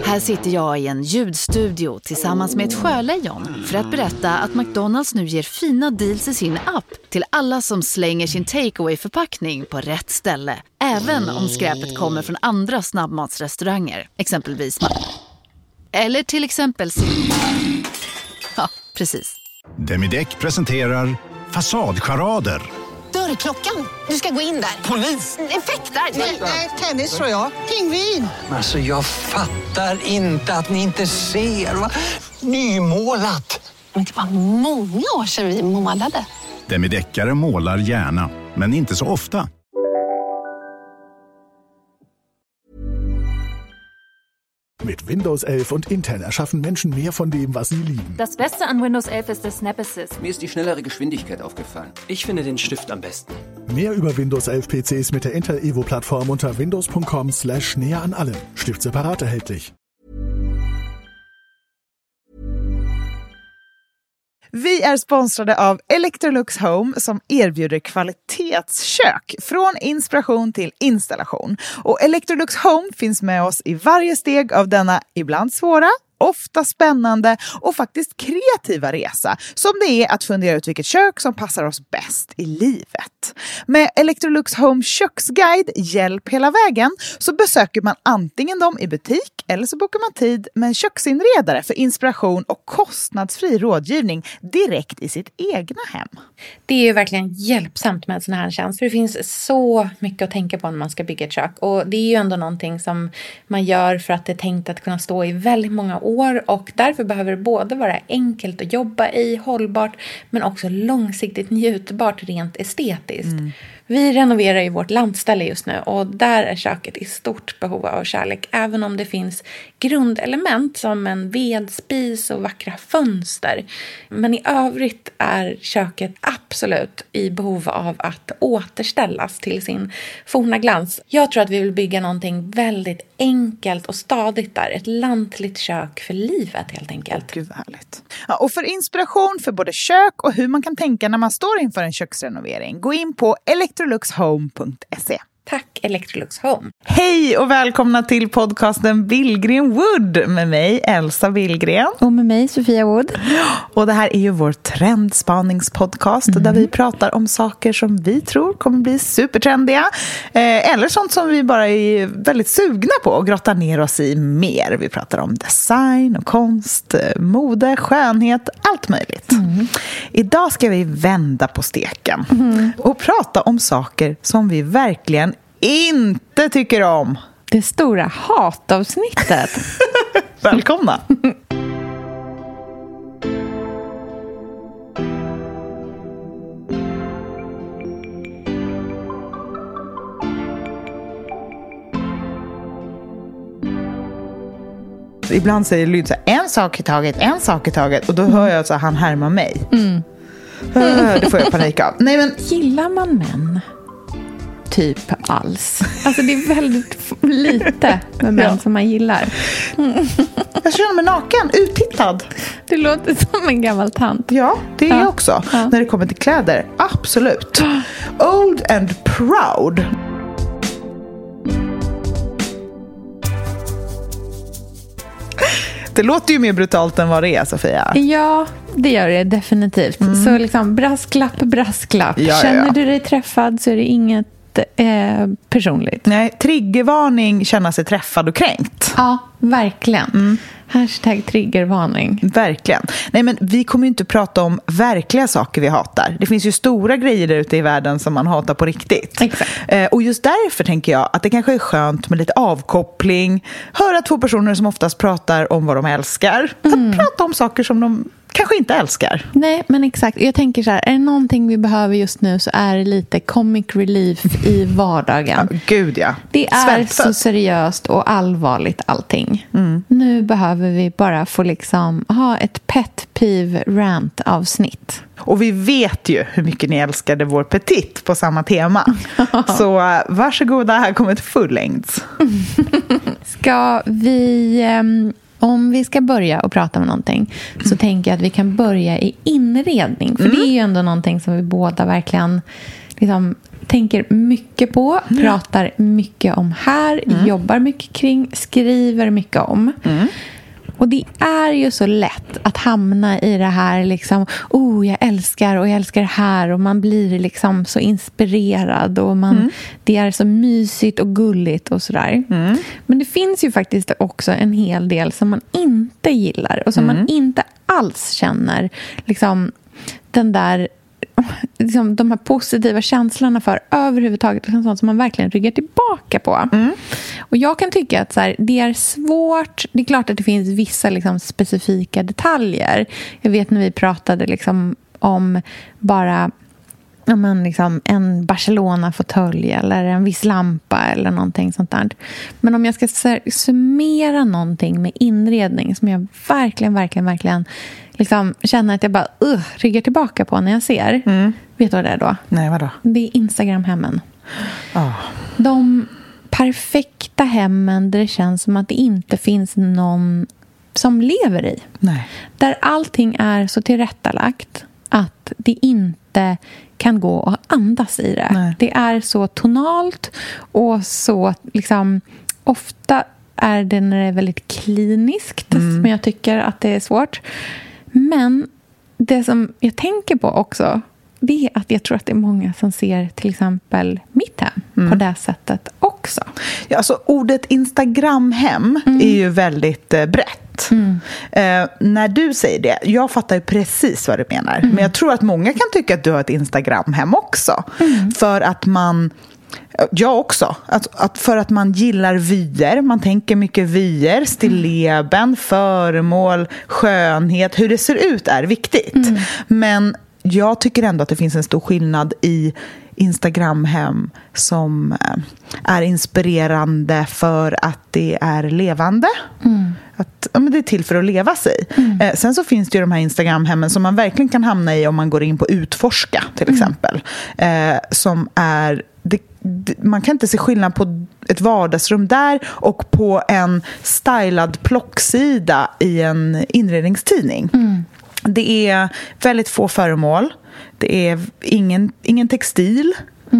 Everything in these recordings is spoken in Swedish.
Här sitter jag i en ljudstudio tillsammans med ett sjölejon för att berätta att McDonald's nu ger fina deals i sin app till alla som slänger sin takeaway-förpackning på rätt ställe. Även om skräpet kommer från andra snabbmatsrestauranger, exempelvis eller till exempel ja, precis. Demideck presenterar Fasadcharader. Dörrklockan. Du ska gå in där. Polis? Effektar? Nej, tennis tror jag. Pingvin. Alltså jag fattar inte att ni inte ser. Va? Nymålat. Men det var många år sedan vi målade. Demideckare målar gärna, men inte så ofta. Mit Windows 11 und Intel erschaffen Menschen mehr von dem, was sie lieben. Das Beste an Windows 11 ist der Snap Assist. Mir ist die schnellere Geschwindigkeit aufgefallen. Ich finde den Stift am besten. Mehr über Windows 11 PCs mit der Intel Evo-Plattform unter windows.com/näher an allem. Stift separat erhältlich. Vi är sponsrade av Electrolux Home som erbjuder kvalitetskök från inspiration till installation. Och Electrolux Home finns med oss i varje steg av denna ibland svåra, ofta spännande och faktiskt kreativa resa som det är att fundera ut vilket kök som passar oss bäst i livet. Med Electrolux Home köksguide hjälp hela vägen så besöker man antingen dem i butik eller så bokar man tid med en köksinredare för inspiration och kostnadsfri rådgivning direkt i sitt egna hem. Det är ju verkligen hjälpsamt med såna här tjänster. Det finns så mycket att tänka på när man ska bygga ett kök. Och det är ju ändå någonting som man gör för att det är tänkt att kunna stå i väldigt många år. Och därför behöver det både vara enkelt att jobba i, hållbart, men också långsiktigt njutbart rent estetiskt. Vi renoverar ju vårt landställe just nu och där är köket i stort behov av kärlek. Även om det finns grundelement som en vedspis och vackra fönster. Men i övrigt är köket absolut i behov av att återställas till sin forna glans. Jag tror att vi vill bygga någonting väldigt enkelt och stadigt där. Ett lantligt kök för livet helt enkelt. Gud vad härligt. Ja, och för inspiration för både kök och hur man kan tänka när man står inför en köksrenovering, gå in på electroluxhome.se. Tack Electrolux Home. Hej och välkomna till podcasten Billgren Wood med mig Elsa Billgren. Och med mig Sofia Wood. Och det här är ju vår trendspaningspodcast där vi pratar om saker som vi tror kommer bli supertrendiga. Eller sånt som vi bara är väldigt sugna på och grottar ner oss i mer. Vi pratar om design och konst, mode, skönhet, allt möjligt. Idag ska vi vända på steken och prata om saker som vi verkligen inte tycker om. Det stora hatavsnittet. Välkomna. Ibland säger Lyd så här, en sak i taget. Och då hör jag att han härmar mig. Det får jag panik av. Nej, men gillar man män? Typ alls. Alltså det är väldigt lite med män som man gillar. Jag känner mig naken, uttittad. Det låter som en gammal tant. Ja, det är jag också. När det kommer till kläder, absolut. Old and proud. Det låter ju mer brutalt än vad det är, Sofia. Ja, det gör det definitivt. Så liksom brasklapp. Ja. Känner du dig träffad så är det inget personligt. Nej, triggervarning, känna sig träffad och kränkt. Ja, verkligen. Hashtag triggervarning. Verkligen. Nej, men vi kommer ju inte prata om verkliga saker vi hatar. Det finns ju stora grejer där ute i världen som man hatar på riktigt. Exakt. Och just därför tänker jag att det kanske är skönt med lite avkoppling. Höra två personer som oftast pratar om vad de älskar. Att prata om saker som de kanske inte älskar. Nej, men exakt. Jag tänker så här, är det någonting vi behöver just nu så är det lite comic relief i vardagen. Ja, gud ja. Det är så seriöst och allvarligt allting. Nu behöver vi bara få liksom ha ett pet peeve rant avsnitt. Och vi vet ju hur mycket ni älskade vår petit på samma tema. Så varsågoda, här kommer ett fullängds. Ska vi... Om vi ska börja och prata om någonting så tänker jag att vi kan börja i inredning. För det är ju ändå någonting som vi båda verkligen liksom tänker mycket på, pratar mycket om här, jobbar mycket kring, skriver mycket om. Och det är ju så lätt att hamna i det här liksom, jag älskar det här, och man blir liksom så inspirerad och det är så mysigt och gulligt och sådär. Men det finns ju faktiskt också en hel del som man inte gillar och som man inte alls känner liksom den där liksom, de här positiva känslorna för överhuvudtaget, liksom sånt som man verkligen ryggar tillbaka på. Och jag kan tycka att så här, det är svårt. Det är klart att det finns vissa liksom, specifika detaljer. Jag vet när vi pratade liksom, om bara liksom, en Barcelona-fåtölj eller en viss lampa eller någonting sånt där. Men om jag ska summera någonting med inredning som jag verkligen liksom känner att jag bara ryggar tillbaka på när jag ser. Vet du vad det är då? Nej, vadå? Det är Instagram-hemmen. De perfekta hemmen där det känns som att det inte finns någon som lever i. Nej. Där allting är så tillrättalagt att det inte kan gå och andas i det. Nej. Det är så tonalt och så liksom ofta är det när det är väldigt kliniskt men jag tycker att det är svårt. Men det som jag tänker på också, det är att jag tror att det är många som ser till exempel mitt hem på det sättet också. Ja, alltså ordet Instagram-hem är ju väldigt brett. När du säger det, jag fattar ju precis vad du menar. Men jag tror att många kan tycka att du har ett Instagram-hem också. För att man... Jag också. För att man gillar vyer. Man tänker mycket vyer, stilleben, föremål, skönhet. Hur det ser ut är viktigt. Men jag tycker ändå att det finns en stor skillnad i Instagram-hem som är inspirerande för att det är levande. Att, men det är till för att leva sig. Sen så finns det ju de här Instagram-hemmen som man verkligen kan hamna i om man går in på utforska till exempel. Som är... man kan inte se skillnad på ett vardagsrum där och på en stylad plocksida i en inredningstidning. Det är väldigt få föremål. Det är ingen textil.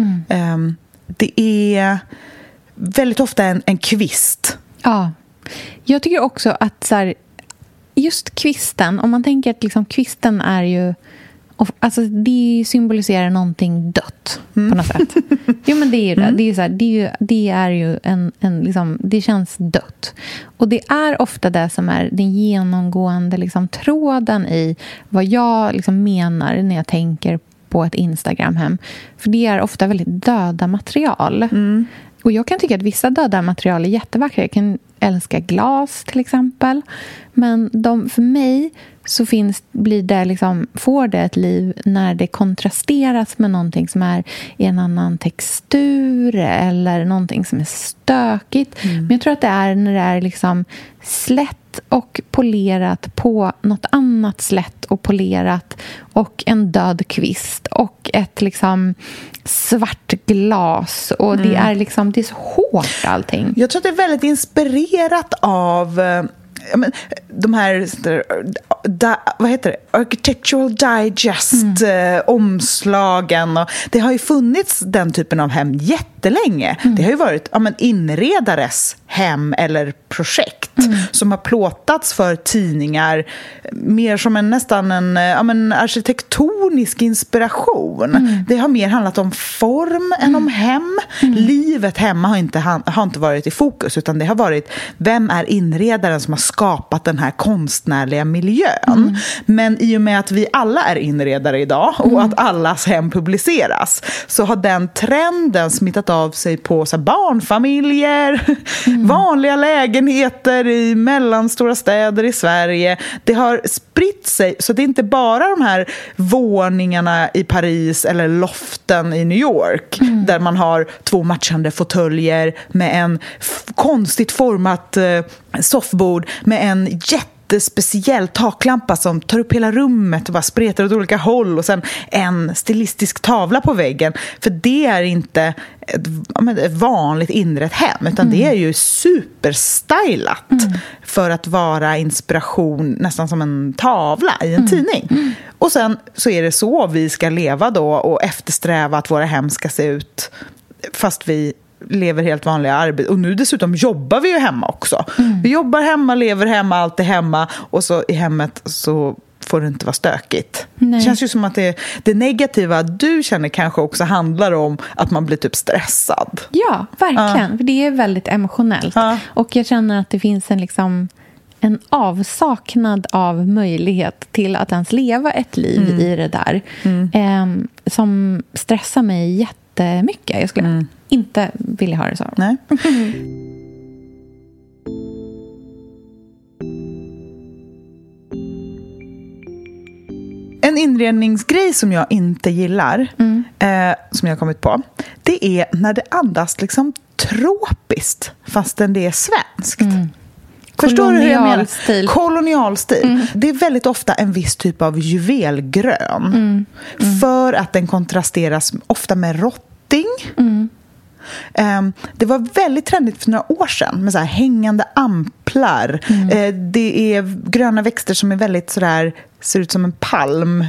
Det är väldigt ofta en kvist. Ja, jag tycker också att så här, just kvisten, om man tänker att liksom, kvisten är ju... Alltså det symboliserar någonting dött på något sätt. Jo, men det är ju det. Det är så här, det är ju en liksom, det känns dött. Och det är ofta det som är den genomgående liksom tråden i vad jag liksom menar när jag tänker på ett Instagram-hem. För det är ofta väldigt döda material. Och jag kan tycka att vissa döda material är jättevackra. Jag kan älska glas till exempel. Men för mig så blir det liksom, får det ett liv när det kontrasteras med någonting som är i en annan textur eller någonting som är stökigt. Men jag tror att det är när det är liksom slätt och polerat på något annat slätt och polerat och en död kvist och ett liksom svart glas och det är liksom, det är så hårt allting. Jag tror att det är väldigt inspirerat av de här vad heter det? Architectural Digest omslagen, och det har ju funnits den typen av hem jättelänge. Det har ju varit inredares hem eller projekt som har plåtats för tidningar mer som nästan en arkitektonisk inspiration. Det har mer handlat om form än om hem. Livet hemma har inte varit i fokus, utan det har varit vem är inredaren som har skapat den här konstnärliga miljön. Men i och med att vi alla är inredare idag och att allas hem publiceras, så har den trenden smittat av sig på så här, barnfamiljer, vanliga lägenheter i mellanstora städer i Sverige. Det har spritt sig, så det är inte bara de här våningarna i Paris eller loften i New York där man har 2 matchande fåtöljer med en konstigt format soffbord med en jättespeciell taklampa som tar upp hela rummet och bara spretar åt olika håll, och sen en stilistisk tavla på väggen. För det är inte ett vanligt inrett hem, utan det är ju superstylat för att vara inspiration, nästan som en tavla i en tidning. Och sen så är det så vi ska leva då och eftersträva att våra hem ska se ut fast vi lever helt vanliga arbete. Och nu dessutom jobbar vi ju hemma också. Vi jobbar hemma, lever hemma, allt är hemma. Och så i hemmet så får det inte vara stökigt. Det känns ju som att det negativa du känner kanske också handlar om att man blir typ stressad. Ja, verkligen. För det är väldigt emotionellt. Och jag känner att det finns en avsaknad av möjlighet till att ens leva ett liv i det där. Som stressar mig jättemycket. Jag skulle inte vilja ha det så. Nej. En inredningsgrej som jag inte gillar, som jag har kommit på, det är när det andas liksom tropiskt fastän det är svenskt. Förstår du hur jag menar? Kolonialstil. Det är väldigt ofta en viss typ av juvelgrön. För att den kontrasteras ofta med rotting. Det var väldigt trendigt för några år sedan med så här hängande amplar. Det är gröna växter som är väldigt sådär, ser ut som en palm.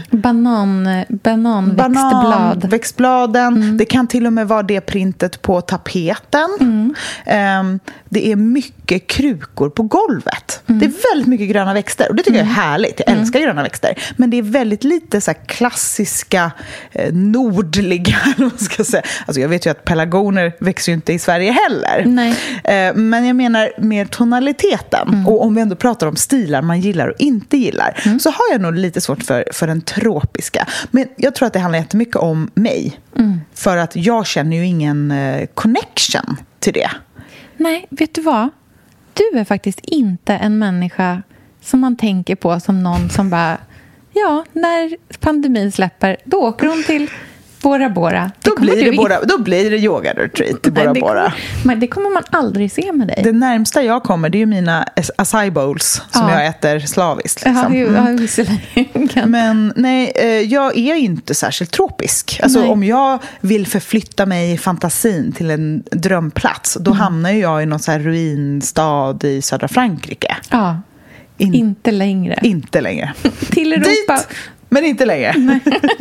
Bananväxtbladen. Det kan till och med vara det printet på tapeten. Det är mycket krukor på golvet. Det är väldigt mycket gröna växter. Och det tycker jag är härligt. Jag älskar gröna växter. Men det är väldigt lite så här klassiska nordliga, eller vad ska jag säga. Alltså jag vet ju att pelargoner växer ju inte i Sverige heller. Nej. Men jag menar mer tonaliteten. Och om vi ändå pratar om stilar man gillar och inte gillar, så har jag nog lite svårt för den tropiska. Men jag tror att det handlar jättemycket om mig. För att jag känner ju ingen connection till det. Nej, vet du vad? Du är faktiskt inte en människa som man tänker på som någon som bara, ja, när pandemin släpper, då åker hon till Bora Bora. Då blir det yoga retreat i Bora Bora. Men det kommer man aldrig se med dig. Det närmsta jag kommer, det är ju mina acai bowls som jag äter slaviskt. Liksom. Men nej, jag är inte särskilt tropisk. Alltså om jag vill förflytta mig i fantasin till en drömplats, då hamnar jag i någon så här ruinstad i södra Frankrike. Ja, inte längre. Inte längre. Till Europa. Dit, men inte längre. Nej.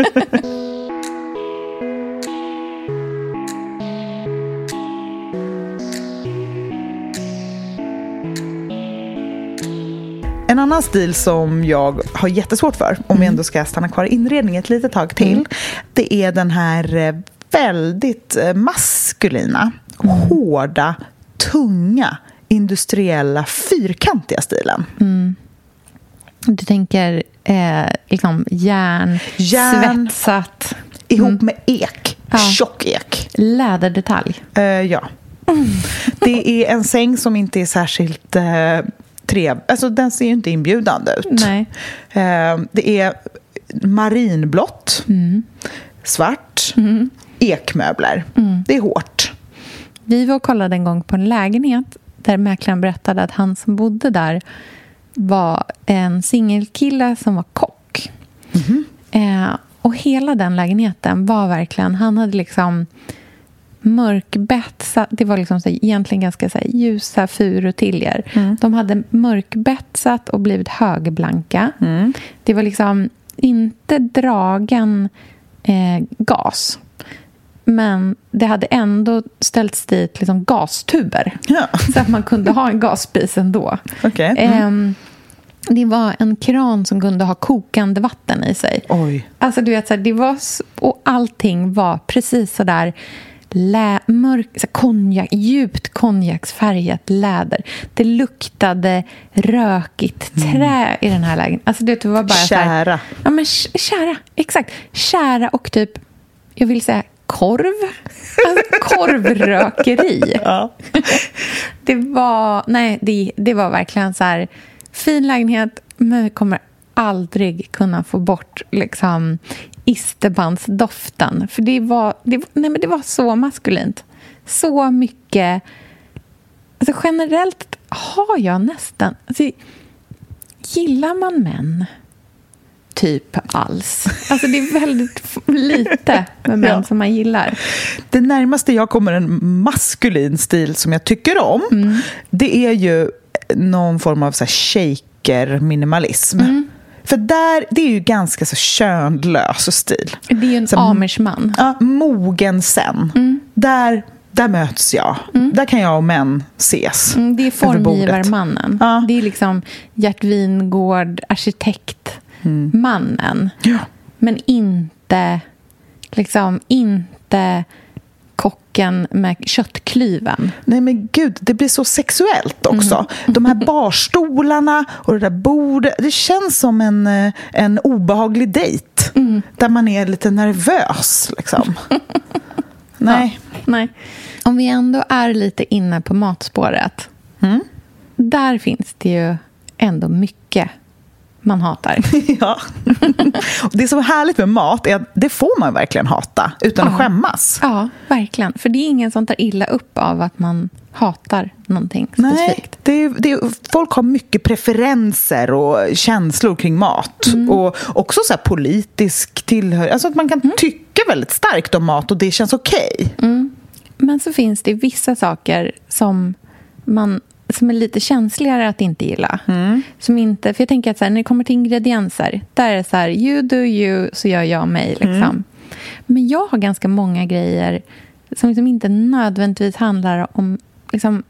En annan stil som jag har jättesvårt för, om vi ändå ska stanna kvar i inredning ett litet tag till, det är den här väldigt maskulina, hårda, tunga, industriella, fyrkantiga stilen. Du tänker liksom järn svetsat. Ihop med ek, tjock ek. Läderdetalj. Ja. Det är en säng som inte är särskilt... Alltså den ser ju inte inbjudande ut. Nej. Det är marinblått, svart, ekmöbler. Det är hårt. Vi var och kollade en gång på en lägenhet där mäklaren berättade att han som bodde där var en singelkille som var kock. Och hela den lägenheten var verkligen, han hade liksom mörkbetsat, det var liksom så egentligen ganska så ljusa furutiljer. De hade mörkbetsat och blivit högblanka. Det var liksom inte dragen gas, men det hade ändå ställts dit liksom gastuber, så att man kunde ha en gasspis ändå. Det var en kran som kunde ha kokande vatten i sig. Alltså du vet så här, det var och allting var precis så där mörk, djupt konjaksfärgat läder. Det luktade rökigt trä i den här lägenheten. Alltså det var bara kära. Ja, men kära, exakt. Kära och typ, jag vill säga korv. Alltså, korvrökeri. Det var verkligen så här fin lägenhet, men vi kommer aldrig kunna få bort liksom isterbandsdoften, för det var så maskulint, så mycket. Alltså generellt har jag nästan, alltså, gillar man män typ alls. Alltså det är väldigt lite med män som man gillar. Det närmaste jag kommer en maskulin stil som jag tycker om, det är ju någon form av så här shaker minimalism. För det är ju ganska så könlös stil. Det är ju en amish-man. Ja, mogen sen. Där möts jag. Där kan jag och män ses. Det är formgivarmannen. Ja. Det är liksom Gert Wingård, arkitektmannen. Ja. Men inte kocken med köttklyven. Nej men gud, det blir så sexuellt också. De här barstolarna och det där bordet, det känns som en obehaglig dejt. Där man är lite nervös liksom. Nej. Ja, nej. Om vi ändå är lite inne på matspåret. Där finns det ju ändå mycket man hatar. Ja. Och det är så härligt med mat är att det får man verkligen hata utan att skämmas. Ja, verkligen. För det är ingen som tar illa upp av att man hatar någonting specifikt. Nej, folk har mycket preferenser och känslor kring mat. Och också så här politisk tillhörighet. Alltså att man kan tycka väldigt starkt om mat och det känns okej. Men så finns det vissa saker som är lite känsligare att inte gilla. Som inte, för jag tänker att så här, när det kommer till ingredienser, där är det så här, you do you, så gör jag mig liksom. Men jag har ganska många grejer som liksom inte nödvändigtvis handlar om liksom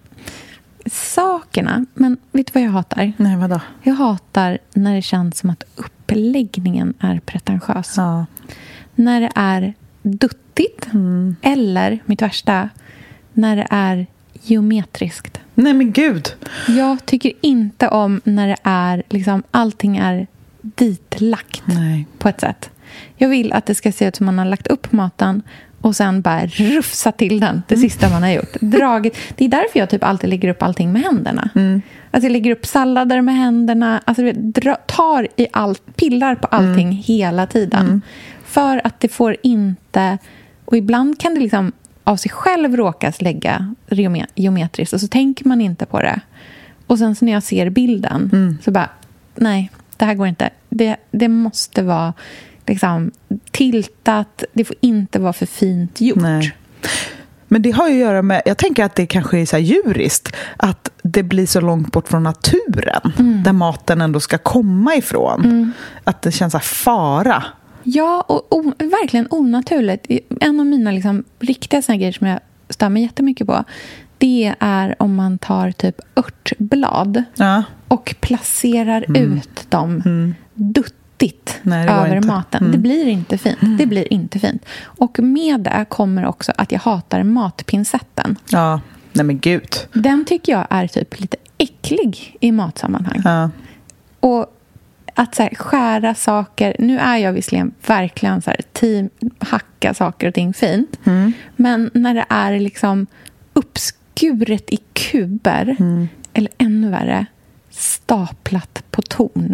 sakerna. Men vet du vad jag hatar? Nej, vadå? Jag hatar när det känns som att uppläggningen är pretentiös. Ja. När det är duttigt eller, mitt värsta, när det är geometriskt. Nej men gud. Jag tycker inte om när det är liksom, allting är ditlagt på ett sätt. Jag vill att det ska se ut som man har lagt upp maten och sen bara rufsa till den det sista man har gjort. Dragit. Det är därför jag typ alltid lägger upp allting med händerna. Alltså jag lägger upp sallader med händerna. Alltså tar i allt, pillar på allting hela tiden. För att det får inte, och ibland kan det liksom av sig själv råkas lägga geometriskt och så tänker man inte på det. Och sen så när jag ser bilden så bara, nej, det här går inte. Det måste vara liksom tiltat, det får inte vara för fint gjort. Nej. Men det har ju att göra med, jag tänker att det kanske är så här djuriskt, att det blir så långt bort från naturen där maten ändå ska komma ifrån. Att det känns så här fara. Ja, och verkligen onaturligt. En av mina liksom riktiga såna grejer som jag stör mig jättemycket på, det är om man tar typ örtblad och placerar ut dem duttigt över maten. Det blir inte fint. Det blir inte fint. Och med det kommer också att jag hatar matpincetten. Ja, nej men gud. Den tycker jag är typ lite äcklig i matsammanhang. Ja. Och att så här, skära saker, nu är jag visserligen verkligen så här, hacka saker och ting fint, men när det är liksom uppskuret i kuber eller ännu värre staplat på ton.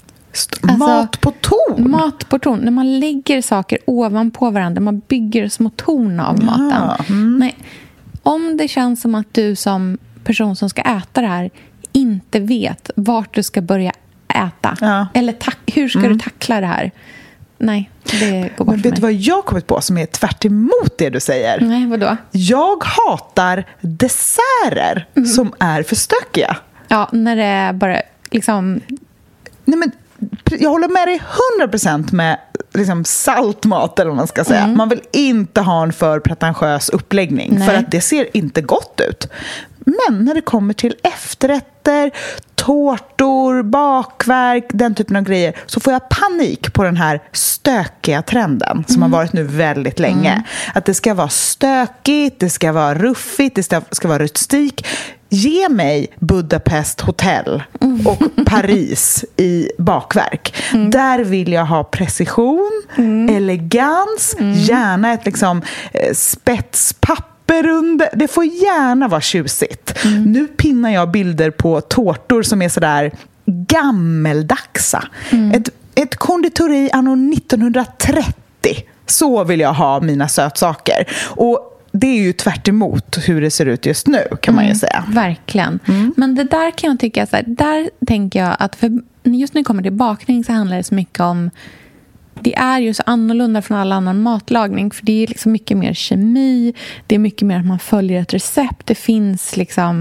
Mat på ton? Mat på ton, när man lägger saker ovanpå varandra, man bygger små torn av maten. Nej, om det känns som att du som person som ska äta det här inte vet vart du ska börja äta. Eller hur ska du tackla det här? Nej, det går bort. Men vet du vad jag kommit på som är tvärt emot det du säger? Nej, vadå? Jag hatar desserter som är för stökiga. Ja, när det är bara liksom... Nej, men jag håller med dig 100% med liksom saltmat eller vad man ska säga. Man vill inte ha en för pretentiös uppläggning. Nej. För att det ser inte gott ut. Men när det kommer till efterrätter, tårtor, bakverk, den typen av grejer, så får jag panik på den här stökiga trenden som har varit nu väldigt länge. Att det ska vara stökigt, det ska vara ruffigt, det ska vara rustik. Ge mig Budapest hotell och Paris i bakverk. Där vill jag ha precision, elegans, gärna ett liksom spetspapper. Det får gärna vara tjusigt. Nu pinnar jag bilder på tårtor som är sådär gammeldagsa. Ett konditori anno 1930. Så vill jag ha mina sötsaker. Och det är ju tvärt emot hur det ser ut just nu, kan man ju säga. Verkligen. Men det där kan jag tycka, så här, där tänker jag att för just när det kommer till bakning så handlar det så mycket om det är ju så annorlunda från all annan matlagning, för det är liksom mycket mer kemi, det är mycket mer att man följer ett recept, det finns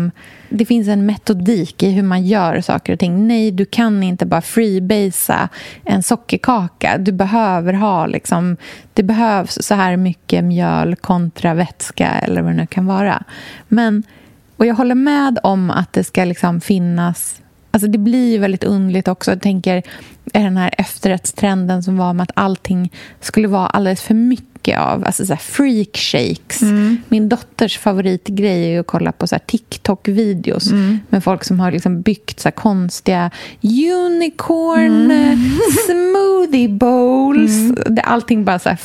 en metodik i hur man gör saker och ting. Nej, du kan inte bara freebasea en sockerkaka. Du behöver ha det behövs så här mycket mjöl kontra vätska eller vad det nu kan vara. Och jag håller med om att det ska finnas. Alltså det blir väldigt underligt också. Jag tänker den här efterrättstrenden som var med att allting skulle vara alldeles för mycket av. Alltså så här freak shakes. Min dotters favoritgrej är ju att kolla på så här TikTok-videos med folk som har byggt så här konstiga unicorn smoothie bowls. Där allting bara så här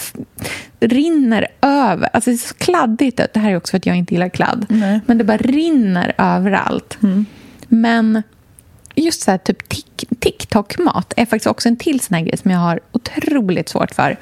rinner över. Alltså det är så kladdigt. Det här är också för att jag inte gillar kladd. Nej. Men det bara rinner överallt. Men just så här typ TikTok-mat är faktiskt också en till sån här grej som jag har otroligt svårt för.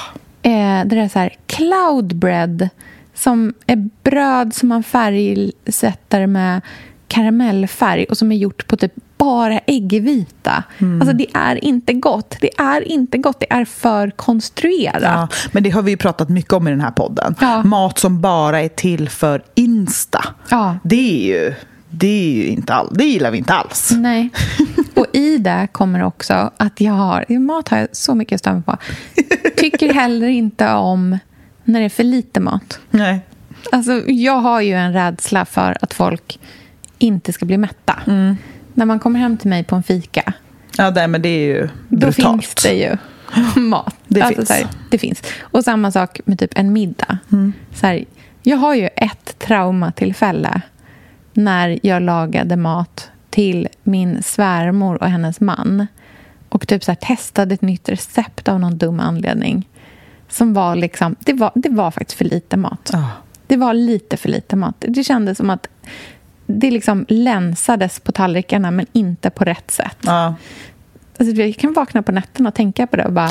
Det är så här cloud bread som är bröd som man färgsätter med karamellfärg och som är gjort på typ bara äggvita. Alltså det är inte gott. Det är för konstruerat. Ja, men det har vi ju pratat mycket om i den här podden. Ja. Mat som bara är till för Insta. Ja. Det är ju inte alls. Det gillar vi inte alls. Nej. Och i det kommer också att mat har jag så mycket större på. Tycker heller inte om när det är för lite mat. Nej. Alltså jag har ju en rädsla för att folk inte ska bli mätta. När man kommer hem till mig på en fika. Ja, men det är ju brutalt. Då finns det ju mat. Det finns. Och samma sak med typ en middag. Så här, jag har ju ett traumatillfälle när jag lagade mat till min svärmor och hennes man. Och typ så här testade ett nytt recept av någon dum anledning. Som var det var faktiskt för lite mat. Det var lite för lite mat. Det kändes som att det länsades på tallrikarna men inte på rätt sätt. Alltså, jag kan vakna på nätten och tänka på det och bara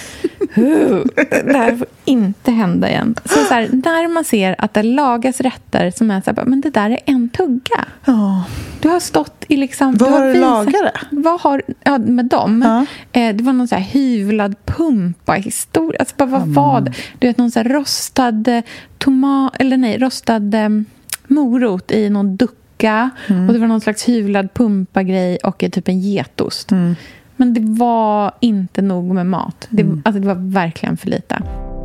det här får inte hända igen. Så här, när man ser att det lagas rätter som är så här, men det där är en tugga. Du har stått i vad har du lagat det? Vad har med dem? Det var någon så här hyvlad pumpa historia. Alltså bara vad var det? Du vet någon så här rostad rostad morot i någon ducka och det var någon slags hyvlad pumpa-grej och typ en getost. Men det var inte nog med mat. Det var verkligen för lite.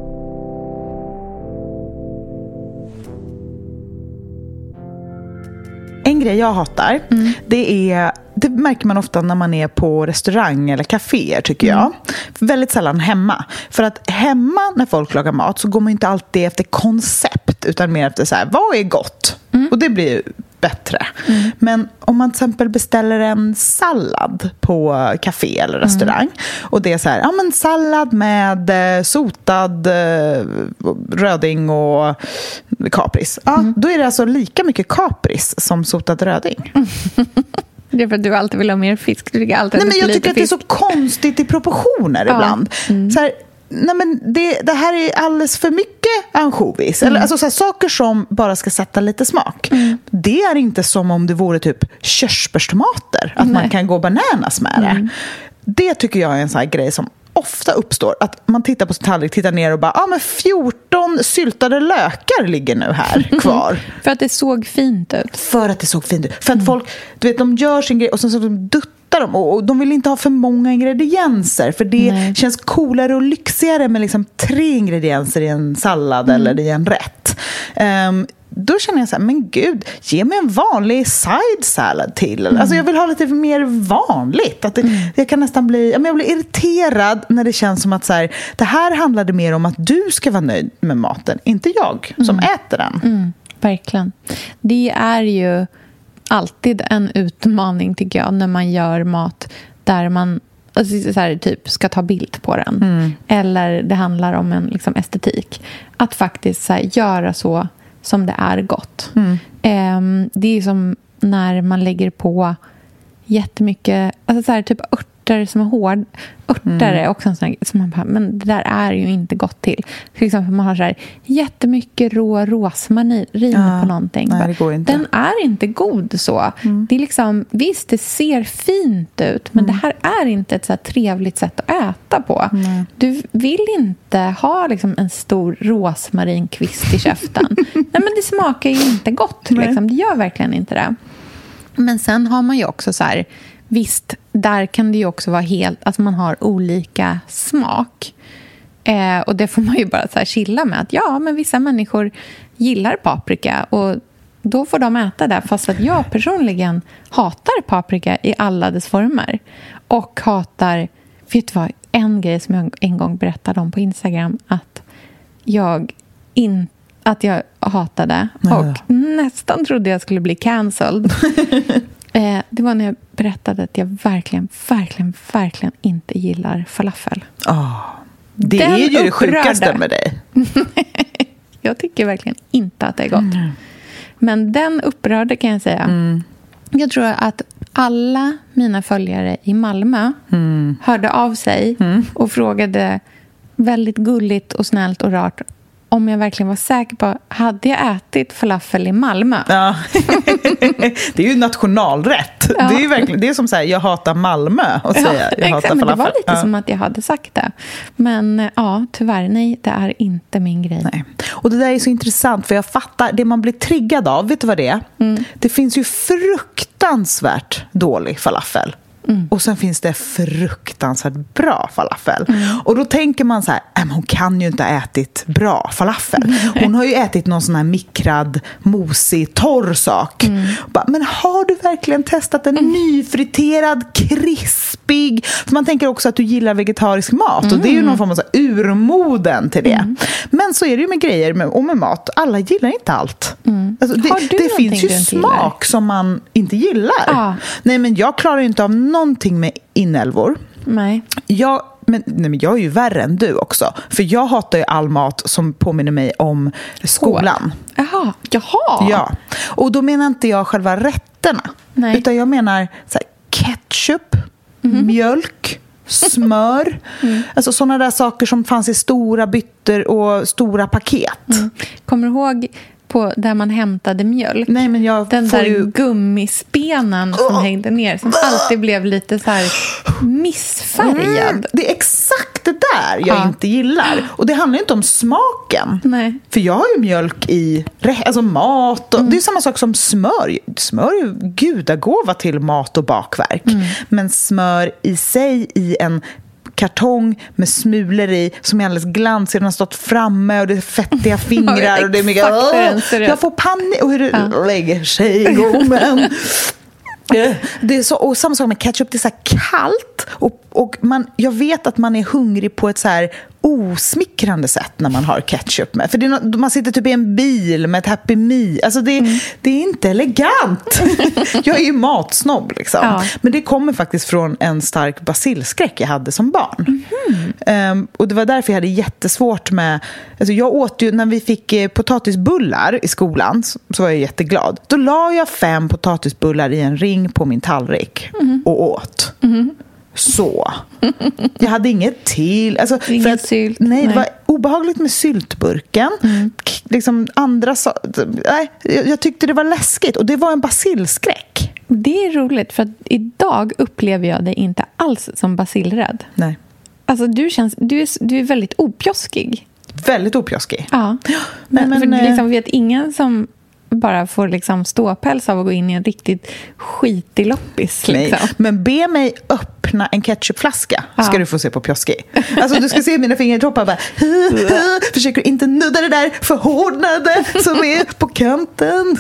En grej jag hatar, det märker man ofta när man är på restaurang eller kaféer, tycker jag. Väldigt sällan hemma. För att hemma när folk lagar mat så går man inte alltid efter koncept utan mer efter så här, vad är gott? Och det blir ju bättre. Men om man till exempel beställer en sallad på kafé eller restaurang och det är så här, men sallad med sotad röding och kapris. Då är det alltså lika mycket kapris som sotad röding. Det är för att du alltid vill ha mer fisk. Du jag tycker att det är så konstigt i proportioner ibland. Så här, det här är alldeles för mycket ansjovis. Eller, alltså, så här, saker som bara ska sätta lite smak. Det är inte som om det vore typ körsbärstomater. Att man kan gå bananas med det. Det tycker jag är en sån här grej som ofta uppstår. Att man tittar på sin tallrik, tittar ner och bara, men 14 syltade lökar ligger nu här kvar. För att det såg fint ut. För att folk, du vet, de gör sin grej och sen så de duttar dem. Och de vill inte ha för många ingredienser. För det känns coolare och lyxigare med 3 ingredienser i en sallad eller i en rätt. Då känner jag så här, men gud, ge mig en vanlig side salad till. Alltså jag vill ha lite mer vanligt. Att jag kan nästan bli, jag blir irriterad när det känns som att så här, det här handlade mer om att du ska vara nöjd med maten, inte jag som äter den. Verkligen. Det är ju alltid en utmaning, tycker jag, när man gör mat där man så här, typ ska ta bild på den. Eller det handlar om en estetik. Att faktiskt så här, göra så som det är gott. Det är som när man lägger på jättemycket, alltså så här, typ örter som är hård. Örter är också en sån här, som man bara, men det där är ju inte gott till. Till exempel man har så här jättemycket rå rosmarin på någonting. Nej, det går inte. Den är inte god så. Det är liksom, visst, det ser fint ut, men det här är inte ett så här trevligt sätt att äta på. Du vill inte ha liksom en stor rosmarinkvist i käften. Nej, men det smakar ju inte gott. Liksom. Det gör verkligen inte det. Men sen har man ju också så här, visst, där kan det ju också vara helt, alltså man har olika smak. Och det får man ju bara så här chilla med. Att ja, men vissa människor gillar paprika och då får de äta det. Fast att jag personligen hatar paprika i alla dess former. Och hatar, vet du vad, en grej som jag en gång berättade om på Instagram. Att jag hatade och nästan trodde jag skulle bli cancelled. Det var när jag berättade att jag verkligen inte gillar falafel. Det är ju det sjukaste med dig. Jag tycker verkligen inte att det är gott. Men den upprörde, kan jag säga. Jag tror att alla mina följare i Malmö hörde av sig och frågade väldigt gulligt och snällt och rart om jag verkligen var säker på, hade jag ätit falafel i Malmö? Ja. Det är ju nationalrätt. Ja. Det är ju verkligen, det är som så här, jag hatar Malmö och säga jag hatar falafel. Men det var lite som att jag hade sagt det. Men ja, tyvärr, nej, det är inte min grej. Nej. Och det där är så intressant, för jag fattar, det man blir triggad av, vet du vad det är? Det finns ju fruktansvärt dålig falafel. Och sen finns det fruktansvärt bra falafel. Och då tänker man så här, men hon kan ju inte ha ätit bra falafel. Hon har ju ätit någon sån här mikrad, mosig, torr sak. Men har du verkligen testat en nyfriterad, krispig? För man tänker också att du gillar vegetarisk mat. Och det är ju någon form av så här urmoden till det. Men så är det ju med grejer och med mat. Alla gillar inte allt. Alltså det finns ju smak som man inte gillar. Nej, men jag klarar ju inte av någonting med inälvor. Nej. Men jag är ju värre än du också. För jag hatar ju all mat som påminner mig om skolan. Jaha. Ja. Och då menar inte jag själva rätterna. Nej. Utan jag menar så här, ketchup, mjölk, smör. Alltså sådana där saker som fanns i stora bytter och stora paket. Kommer du ihåg på där man hämtade mjölk? Nej, men jag den där gummispenen som hängde ner, som alltid blev lite så här missfärgad. Det är exakt det där jag inte gillar. Och det handlar inte om smaken. Nej. För jag har ju mjölk i alltså mat. Och det är samma sak som smör. Smör är ju gudagåva till mat och bakverk. Men smör i sig i en kartong med smulor i som är alldeles glansig, den har stått framme och det är fettiga fingrar och det är mycket jag får panik och hur det lägger sig i gommen. Det är så, och samma sak med ketchup, det är så här kallt och jag vet att man är hungrig på ett så här osmickrande sätt när man har ketchup med. För det är man sitter typ i en bil med ett Happy Me. Alltså det är inte elegant. Jag är ju matsnobb liksom. Ja. Men det kommer faktiskt från en stark basilskräck jag hade som barn. Och det var därför jag hade jättesvårt med... Alltså jag åt ju, när vi fick potatisbullar i skolan så var jag jätteglad. Då la jag 5 potatisbullar i en ring på min tallrik och åt. Så. Jag hade inget till. Alltså, för att, sylt. Nej, det var obehagligt med syltburken. Liksom andra jag tyckte det var läskigt. Och det var en basilskräck. Det är roligt, för att idag upplever jag det inte alls som basilrädd. Nej. Alltså du är väldigt opjoskig. Väldigt opjoskig. Ja. Men för liksom vet ingen som bara får liksom ståpäls av att gå in i en riktigt skitig loppis. Liksom. Nej, men be mig öppna en ketchupflaska ska du få se på pjoskig. Alltså du ska se mina fingertoppar bara försöker inte nudda det där förhårdnade som är på kanten.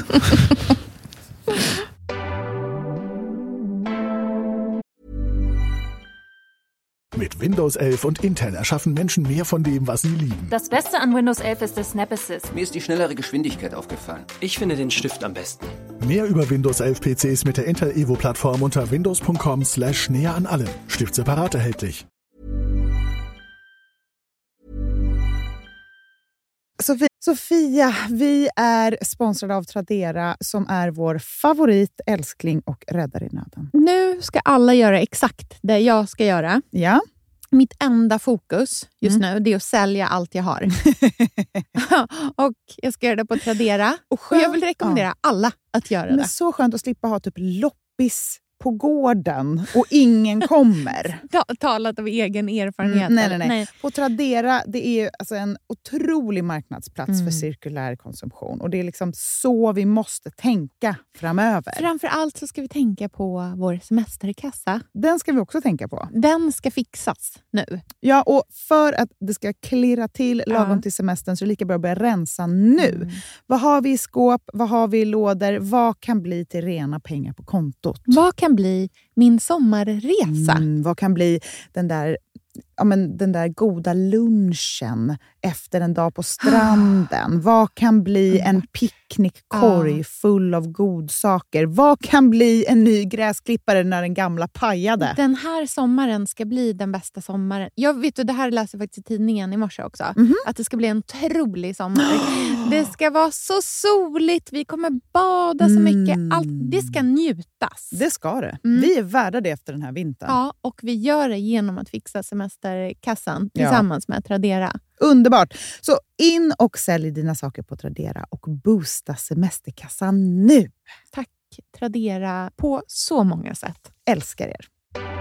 Mit Windows 11 und Intel erschaffen Menschen mehr von dem, was sie lieben. Das Beste an Windows 11 ist der Snap Assist. Mir ist die schnellere Geschwindigkeit aufgefallen. Ich finde den Stift am besten. Mehr über Windows 11 PCs mit der Intel Evo-Plattform unter windows.com/näher an allem. Stift separat erhältlich. Sofia, vi är sponsrade av Tradera som är vår favorit, älskling och räddare i nöden. Nu ska alla göra exakt det jag ska göra. Ja. Mitt enda fokus just nu det är att sälja allt jag har. Och jag ska göra det på Tradera. Och jag vill rekommendera alla att göra det. Men så skönt att slippa ha typ loppis på gården och ingen kommer. Talat av egen erfarenhet. Nej. På Tradera, det är alltså en otrolig marknadsplats för cirkulär konsumtion. Och det är liksom så vi måste tänka framöver. Framförallt så ska vi tänka på vår semesterkassa. Den ska vi också tänka på. Den ska fixas nu. Ja, och för att det ska klirra till lagom till semestern så är det lika bra att börja rensa nu. Vad har vi i skåp? Vad har vi i lådor? Vad kan bli till rena pengar på kontot? Vad kan bli min sommarresa? Vad kan bli den där goda lunchen efter en dag på stranden? Vad kan bli en picknickkorg full av godsaker? Vad kan bli en ny gräsklippare när den gamla pajade? Den här sommaren ska bli den bästa sommaren. Jag vet, det här läser jag faktiskt i tidningen i morse också. Att det ska bli en otrolig sommar. Det ska vara så soligt. Vi kommer bada så mycket. Allt, det ska njutas. Det ska det. Vi är värda det efter den här vintern. Ja, och vi gör det genom att fixa semesterkassan tillsammans med Tradera. Underbart! Så in och sälj dina saker på Tradera och boosta semesterkassan nu. Tack Tradera på så många sätt. Älskar er.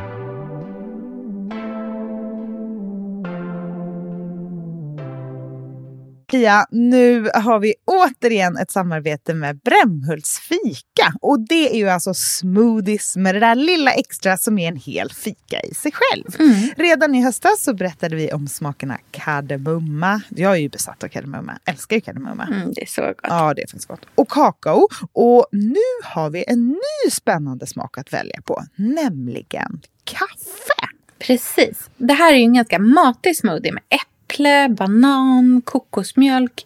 Pia, nu har vi återigen ett samarbete med Brämhults fika. Och det är ju alltså smoothies med det där lilla extra som är en hel fika i sig själv. Redan i höstas så berättade vi om smakerna kardemumma. Jag är ju besatt av kardemumma. Älskar ju kardemumma. Det är så gott. Ja, det är faktiskt gott. Och kakao. Och nu har vi en ny spännande smak att välja på. Nämligen kaffe. Precis. Det här är ju en ganska matig smoothie med äpple, banan, kokosmjölk,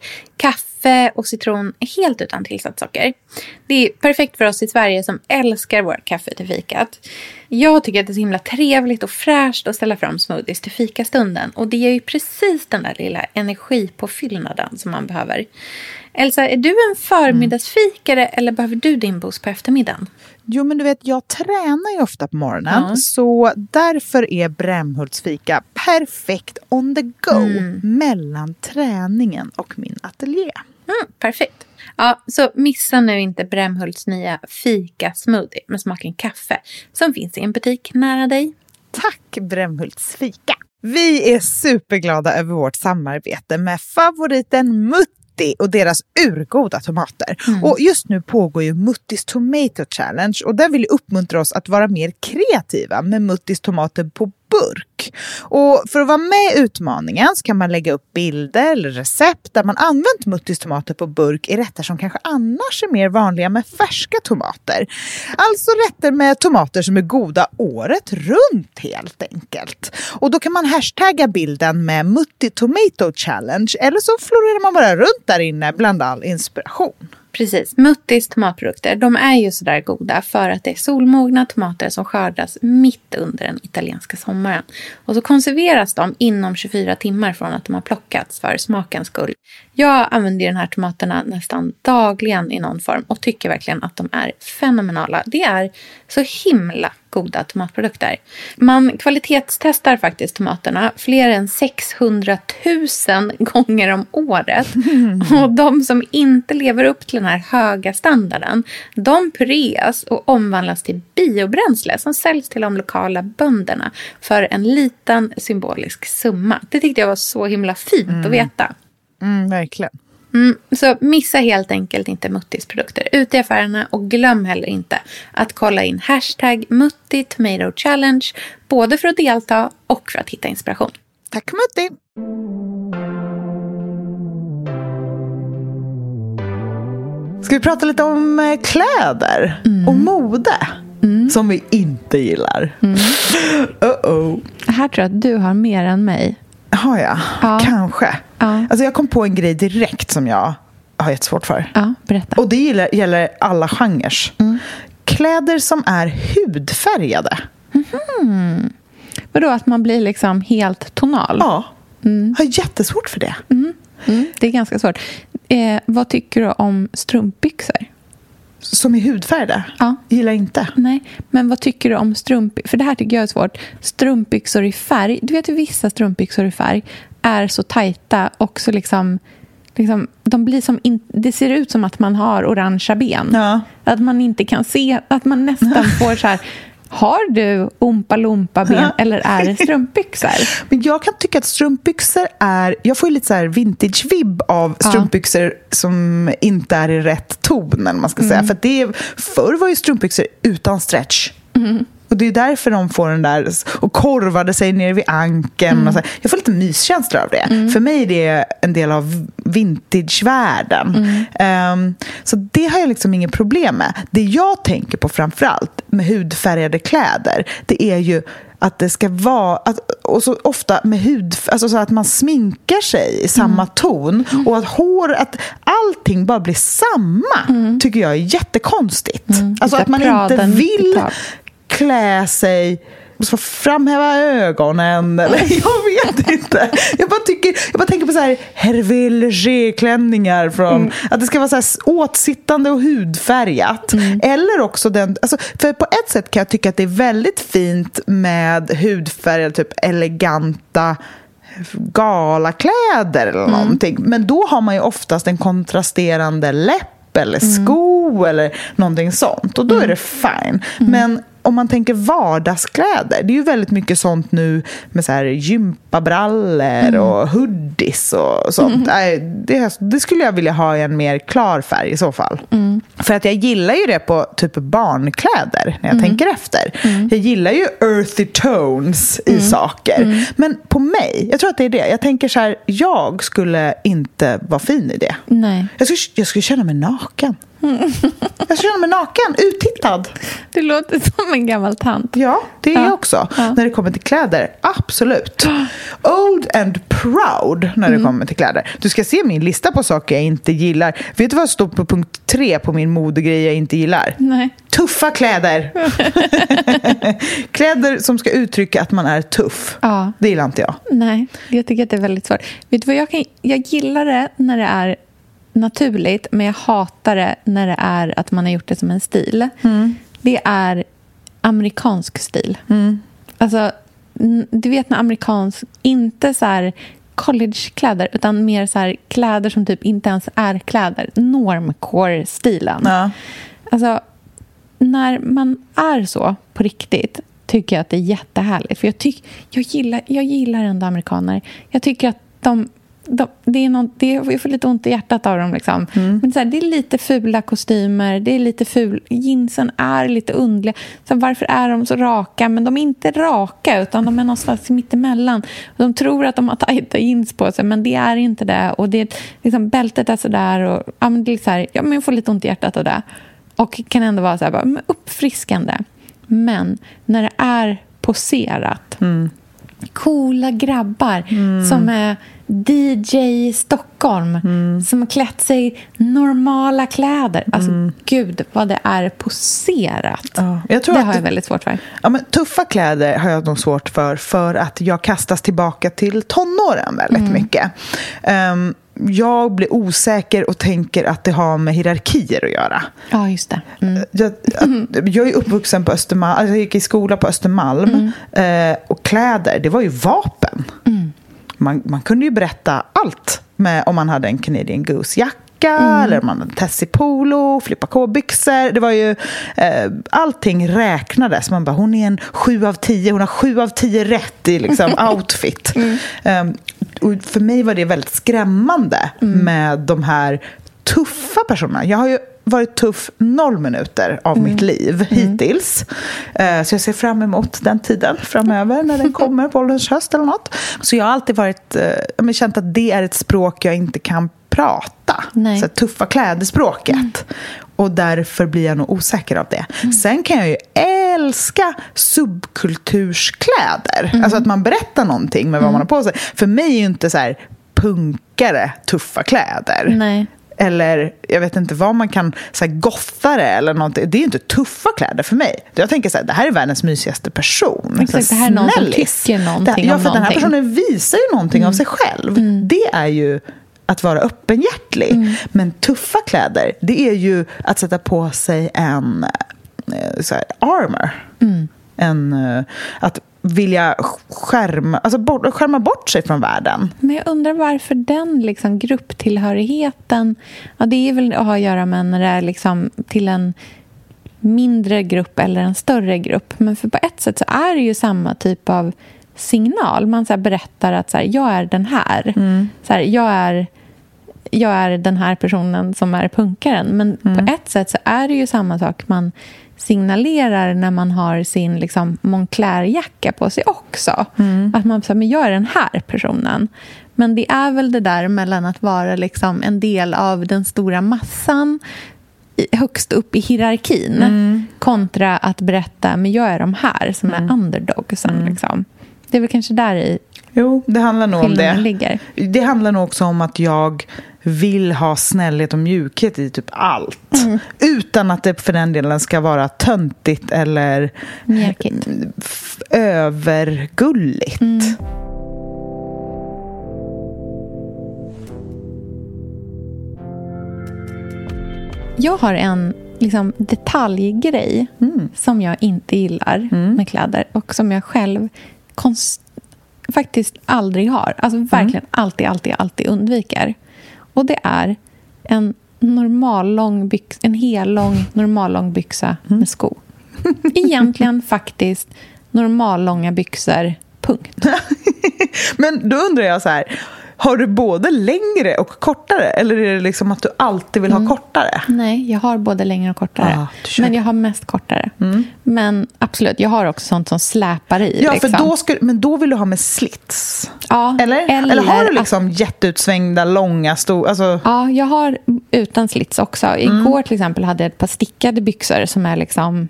kaffe och citron helt utan tillsatssocker. Det är perfekt för oss i Sverige som älskar vårt kaffe till fikat. Jag tycker att det är så himla trevligt och fräscht att ställa fram smoothies till fikastunden. Och det är ju precis den där lilla energipåfyllnaden som man behöver. Elsa, är du en förmiddagsfikare eller behöver du din boost på eftermiddagen? Jo, men du vet, jag tränar ju ofta på morgonen. Så därför är Brämhults fika perfekt on the go mellan träningen och min ateljé. Perfekt. Ja, så missa nu inte Brämhults nya fika-smoothie med smaken kaffe som finns i en butik nära dig. Tack Brämhults fika! Vi är superglada över vårt samarbete med favoriten Mutti och deras urgoda tomater. Och just nu pågår ju Muttis Tomato Challenge och där vill jag uppmuntra oss att vara mer kreativa med Muttis tomater på burk. Och för att vara med i utmaningen så kan man lägga upp bilder eller recept där man använt Muttis tomater på burk i rätter som kanske annars är mer vanliga med färska tomater. Alltså rätter med tomater som är goda året runt helt enkelt. Och då kan man hashtagga bilden med Mutti Tomato Challenge eller så florerar man bara runt där inne bland all inspiration. Precis, Muttis tomatprodukter, de är ju sådär goda för att det är solmogna tomater som skördas mitt under den italienska sommaren. Och så konserveras de inom 24 timmar från att de har plockats för smakens skull. Jag använder de här tomaterna nästan dagligen i någon form och tycker verkligen att de är fenomenala. Det är så himla goda tomatprodukter. Man kvalitetstestar faktiskt tomaterna fler än 600 000 gånger om året. Och de som inte lever upp till den här höga standarden, de pureas och omvandlas till biobränsle som säljs till de lokala bönderna för en liten symbolisk summa. Det tyckte jag var så himla fint att veta. Verkligen. Så missa helt enkelt inte Muttis produkter ute i affärerna och glöm heller inte att kolla in hashtag Mutti Tomato Challenge både för att delta och för att hitta inspiration. Tack Mutti! Ska vi prata lite om kläder och mode som vi inte gillar? Här tror jag att du har mer än mig. Har jag? Ja. Kanske. Ja. Alltså jag kom på en grej direkt som jag har jättesvårt för. Ja, berätta. Och det gäller alla genrer. Kläder som är hudfärgade. Vadå, att man blir liksom helt tonal? Ja, jag har jättesvårt för det. Det är ganska svårt. Vad tycker du om strumpbyxor? Som är hudfärgade? Ja. Gillar inte. Nej, men vad tycker du om för det här tycker jag är svårt. Strumpbyxor i färg. Du vet ju vissa strumpbyxor i färg är så tajta och så liksom de blir som det ser ut som att man har orangea ben. Ja. Att man inte kan se, att man nästan får så här, har du ompa-lompa ben eller är det strumpbyxor? Men jag kan tycka att strumpbyxor jag får ju lite så här vintage-vibb av strumpbyxor som inte är i rätt ton, eller man ska säga. För att förr var ju strumpbyxor utan stretch. Och det är därför de får den där och korvade sig ner vid ankeln. Och så. Jag får lite myskänsla av det. För mig är det en del av vintagevärlden. Så det har jag liksom ingen problem med. Det jag tänker på framförallt med hudfärgade kläder, det är ju att det ska vara och så ofta med alltså så att man sminkar sig i samma ton och att allting bara blir samma tycker jag är jättekonstigt. Alltså att man inte vill klä sig och så framhäva ögonen eller jag vet inte. Jag bara tänker på så här Hervé-Leger-klänningar från att det ska vara så här åtsittande och hudfärgat. Eller också för på ett sätt kan jag tycka att det är väldigt fint med hudfärgade typ eleganta galakläder eller någonting. Men då har man ju oftast en kontrasterande läpp eller sko eller någonting sånt. Och då är det fine. Men om man tänker vardagskläder, det är ju väldigt mycket sånt nu med så här gympabrallor och hoodies och sånt. Det skulle jag vilja ha i en mer klar färg i så fall. För att jag gillar ju det på typ barnkläder när jag tänker efter. Jag gillar ju earthy tones i saker. Men på mig, jag tror att det är det. Jag tänker så här, jag skulle inte vara fin i det. Nej. Jag skulle känna mig naken. Jag känner mig naken, uttittad. Du låter som en gammal tant. Ja, det är jag också. När det kommer till kläder, absolut. Old and proud när det kommer till kläder. Du ska se min lista på saker jag inte gillar. Vet du vad står på punkt 3 på min modegrej jag inte gillar? Nej. Tuffa kläder. Kläder som ska uttrycka att man är tuff. Ja. Det gillar inte jag. Nej, jag tycker att det är väldigt svårt. Vet du vad, jag gillar det när det är naturligt, men jag hatar det när det är att man har gjort det som en stil. Det är amerikansk stil. Alltså, du vet när amerikansk, inte så här collegekläder, utan mer så här kläder som typ inte ens är kläder. Normcore-stilen. Ja. Alltså, när man är så på riktigt tycker jag att det är jättehärligt. För jag gillar ändå amerikaner. Jag tycker att jag får lite ont i hjärtat av dem liksom. Men så här, det är lite fula kostymer, det är lite jeansen är lite underliga. Så varför är de så raka? Men de är inte raka, utan de är någonstans mittemellan. De tror att de har tajta jeans på sig, men det är inte det. Och det liksom, bältet är sådär och men det är så här, men jag får lite ont i hjärtat av det. Och kan ändå vara så här, bara, uppfriskande. Men när det är poserat, coola grabbar som är DJ i Stockholm som har klätt sig normala kläder. Alltså gud vad det är poserat. Ja, jag tror har jag väldigt svårt för. Ja, men tuffa kläder har jag nog svårt för att jag kastas tillbaka till tonåren väldigt mycket. Jag blir osäker och tänker att det har med hierarkier att göra. Ja, just det. Jag är uppvuxen på Östermalm, alltså jag gick i skola på Östermalm och kläder, det var ju vapen. Man kunde ju berätta allt om man hade en Canadian Goose-jacka eller om man hade Tessie Polo, Flippa K-byxor. Det var ju allting räknades. Man bara, hon är en 7 av 10, hon har 7 av 10 rätt i liksom outfit. Och för mig var det väldigt skrämmande med de här tuffa personerna. Jag har ju varit tuff 0 minuter av mitt liv hittills. Så jag ser fram emot den tiden framöver när den kommer på ålderns höst eller något. Så jag har alltid varit känt att det är ett språk jag inte kan prata. Så tuffa klädespråket. Och därför blir jag nog osäker av det. Sen kan jag ju älska subkulturskläder. Alltså att man berättar någonting med vad man har på sig. För mig är ju inte så här punkare tuffa kläder. Nej. Eller jag vet inte vad man kan så här, gothare eller någonting. Det är ju inte tuffa kläder för mig. Jag tänker så här, det här är världens mysigaste person. Exakt, det här är någon som tycker någonting om för någonting. Den här personen visar ju någonting av sig själv. Det är ju att vara öppenhjärtlig. Men tuffa kläder, det är ju att sätta på sig en så här, armor. Att vilja skärma bort sig från världen. Men jag undrar varför den liksom grupptillhörigheten, det är väl att ha att göra med när det är liksom till en mindre grupp eller en större grupp. Men för på ett sätt så är det ju samma typ av signal. Man så här berättar att så här, jag är den här. Så här, jag är den här personen som är punkaren. Men på ett sätt så är det ju samma sak man signalerar när man har sin liksom Moncler-jacka på sig också. Att man säger, men jag är den här personen. Men det är väl det där mellan att vara liksom en del av den stora massan högst upp i hierarkin kontra att berätta, men jag är de här som är underdogsen liksom. Det är väl kanske där i. Jo, det handlar nog om det. Ligger. Det handlar nog också om att jag vill ha snällhet och mjukhet i typ allt. Utan att det för den delen ska vara töntigt eller mjäkigt. Övergulligt. Jag har en liksom detaljgrej som jag inte gillar med kläder och som jag själv faktiskt aldrig har. Alltså verkligen alltid undviker. Och det är en hellång normallång byxa med sko. Egentligen faktiskt normallånga byxor, punkt. Men då undrar jag så här, har du både längre och kortare? Eller är det liksom att du alltid vill ha kortare? Nej, jag har både längre och kortare. Men jag har mest kortare. Men absolut, jag har också sånt som släpar i. Ja, liksom. Men då vill du ha med slits. Ja, eller har du liksom jätteutsvängda, långa, alltså... Ja, jag har utan slits också. Igår till exempel hade jag ett par stickade byxor som är liksom...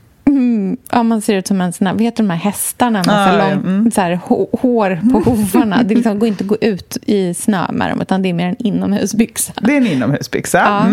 Ja, man ser ut som en sån här, vad heter de här hästarna med så här hår på hovarna. Det liksom går inte att gå ut i snö med dem, utan det är mer en inomhusbyxa. Det är en inomhusbyxa. Ja.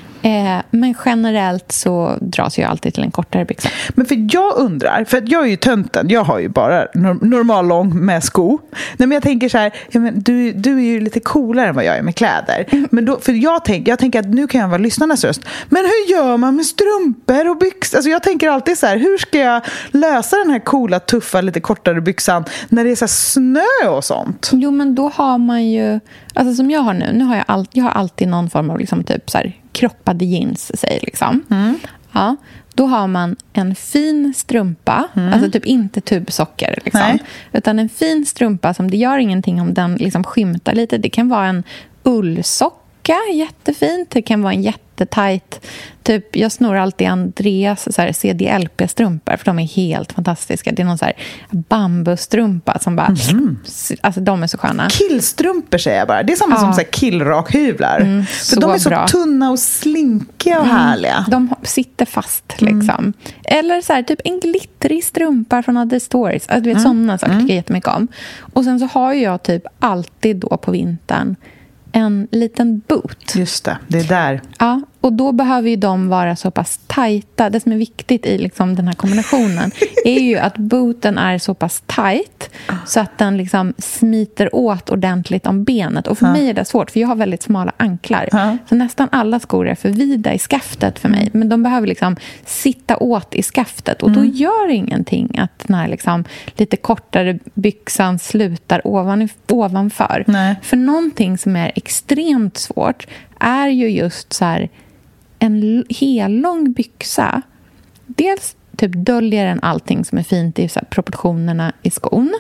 Men generellt så dras jag alltid till en kortare byxa. Men för jag undrar, för att jag är ju tönten, jag har ju bara normal lång med sko. Nej, men jag tänker så här, du är ju lite coolare än vad jag är med kläder. Men då, för jag tänker att nu kan jag vara lyssnarnas röst. Men hur gör man med strumpor och byxor? Alltså jag tänker alltid så här, hur ska jag lösa den här coola, tuffa, lite kortare byxan när det är så här snö och sånt? Jo, men då har man ju, alltså som jag har nu har jag har alltid någon form av liksom typ så här kroppade jeans, säger liksom. Ja, då har man en fin strumpa, alltså typ inte tubsocker liksom, utan en fin strumpa som det gör ingenting om den liksom skymtar lite. Det kan vara en ullsocka, jättefint. Det kan vara en jättetajt, typ jag snor alltid Andreas så här CDLP-strumpor, för de är helt fantastiska. Det är någon så här bambusstrumpa som bara alltså de är så sköna. Killstrumpor säger jag bara. Det är samma som så här killrakhyvlar. För de är så bra. Tunna och slinkiga och härliga. De sitter fast liksom. Eller så här typ en glittrig strumpa från Other Stories. Alltså, du vet, sådana saker tycker jag jättemycket om. Och sen så har jag typ alltid då på vintern en liten boot. Just det, det är där. Ja, och då behöver ju de vara så pass tajta. Det som är viktigt i liksom den här kombinationen är ju att booten är så pass tajt så att den liksom smiter åt ordentligt om benet. Och för mig är det svårt, för jag har väldigt smala anklar. Så nästan alla skor är för vida i skaftet för mig. Men de behöver liksom sitta åt i skaftet. Och då gör ingenting att den här liksom lite kortare byxan slutar ovanför. Nej. För någonting som är extremt svårt är ju just så här en hellång byxa. Dels typ döljer den allting som är fint i så här proportionerna i skon.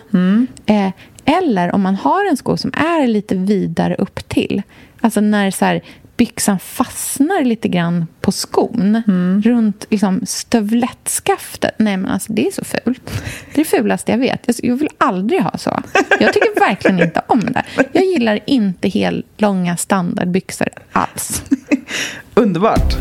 Eller om man har en sko som är lite vidare upp till. Alltså när så här byxan fastnar lite grann på skon runt liksom stövlettskaftet. Nej, men alltså det är så fult. Det är det fulaste jag vet. Jag vill aldrig ha så. Jag tycker verkligen inte om det. Jag gillar inte helt långa standardbyxor alls. Underbart.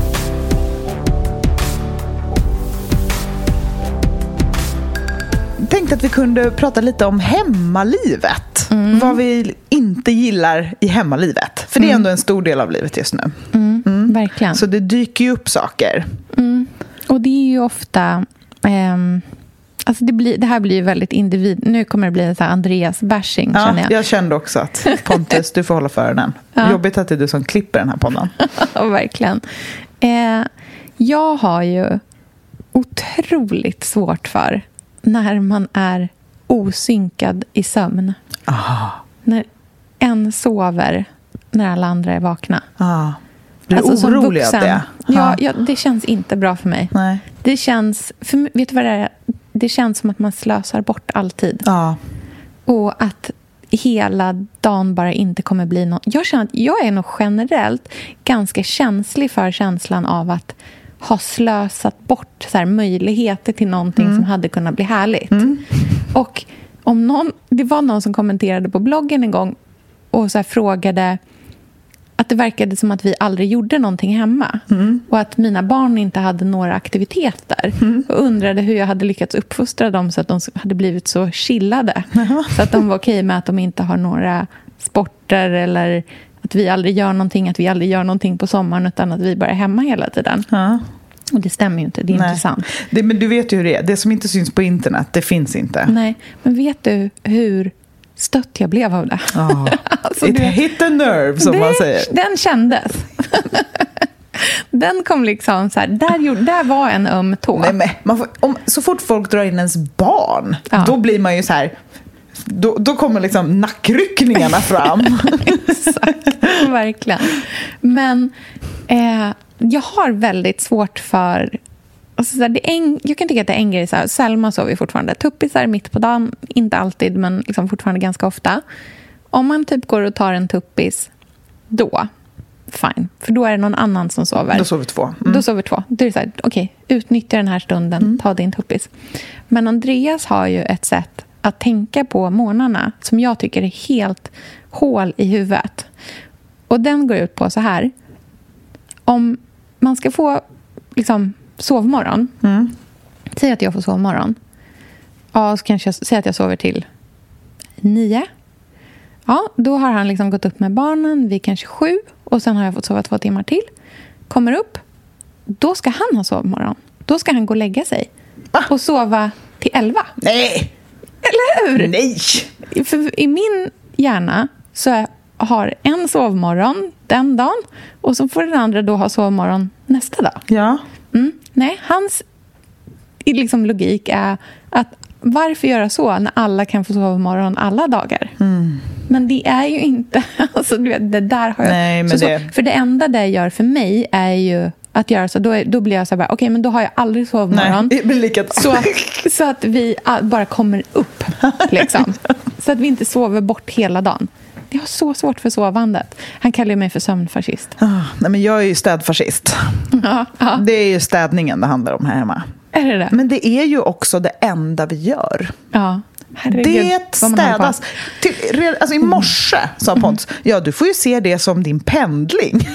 Tänkte att vi kunde prata lite om hemmalivet. Vad vi inte gillar i hemmalivet. För det är ändå en stor del av livet just nu. Verkligen. Så det dyker ju upp saker. Och det är ju ofta Alltså det här blir ju väldigt individ. Nu kommer det bli en sån här Andreas-bashing, känner jag. Jag kände också att Pontus, du får hålla för den. Ja. Jobbigt att det är du som klipper den här podden. Ja, verkligen. Jag har ju otroligt svårt för när man är osynkad i sömn. När en sover när alla andra är vakna. Blir du orolig av det? Ja, det känns inte bra för mig. Nej. Det känns, vet du vad det är? Det känns som att man slösar bort all tid. Ja. Och att hela dagen bara inte kommer bli någon. Jag känner att jag är nog generellt ganska känslig för känslan av att ha slösat bort så här möjligheter till någonting som hade kunnat bli härligt. Och det var någon som kommenterade på bloggen en gång och så här frågade att det verkade som att vi aldrig gjorde någonting hemma. Och att mina barn inte hade några aktiviteter. Och undrade hur jag hade lyckats uppfostra dem så att de hade blivit så chillade. Så att de var okej med att de inte har några sporter eller att vi aldrig gör någonting, att vi aldrig gör någonting på sommaren utan att vi bara är hemma hela tiden. Och det stämmer ju inte, det är intressant. Men du vet ju hur det är. Det som inte syns på internet, det finns inte. Nej, men vet du hur stött jag blev av det? Alltså, it hit the nerve, som man säger. Den kändes. Den kom liksom så här, där var en öm tå. Nej, men så fort folk drar in ens barn, då blir man ju så här. Då kommer liksom nackryckningarna fram. Exakt, verkligen. Men jag har väldigt svårt för alltså, så här, jag kan tycka att det är en grej så här, Selma sover fortfarande tuppisar mitt på dagen, inte alltid men liksom fortfarande ganska ofta. Om man typ går och tar en tuppis då fine, för då är det någon annan som sover. Då sover två. Då sover två. Då är det så här, okej, utnyttja den här stunden, ta din tuppis. Men Andreas har ju ett sätt att tänka på morgnarna som jag tycker är helt hål i huvudet. Och den går ut på så här. Om man ska få liksom sovmorgon. Säg att jag får sovmorgon. Ja, så kanske jag säger att jag sover till 9. Ja, då har han liksom gått upp med barnen vid kanske 7. Och sen har jag fått sova 2 timmar till. Kommer upp. Då ska han ha sovmorgon. Då ska han gå och lägga sig. Och sova till 11. Nej! Eller hur? Nej! För i min hjärna så har en sovmorgon den dagen. Och så får den andra då ha sovmorgon nästa dag. Ja. Nej, hans liksom logik är att varför göra så när alla kan få sovmorgon alla dagar? Men det är ju inte alltså, du vet, det där har jag. Nej, men för det enda det gör för mig är ju att göra så, då blir jag så här, okej, men då har jag aldrig sovmorgon. Nej, det blir likadant. Så att vi bara kommer upp liksom. Så att vi inte sover bort hela dagen. Jag har så svårt för sovandet. Han kallar mig för sömnfascist. Nej, men jag är ju städfascist. Det är ju städningen det handlar om här hemma. Är det? Men det är ju också det enda vi gör. Ja. Herregud, det städas. Alltså i morse sa Pontus, ja, du får ju se det som din pendling.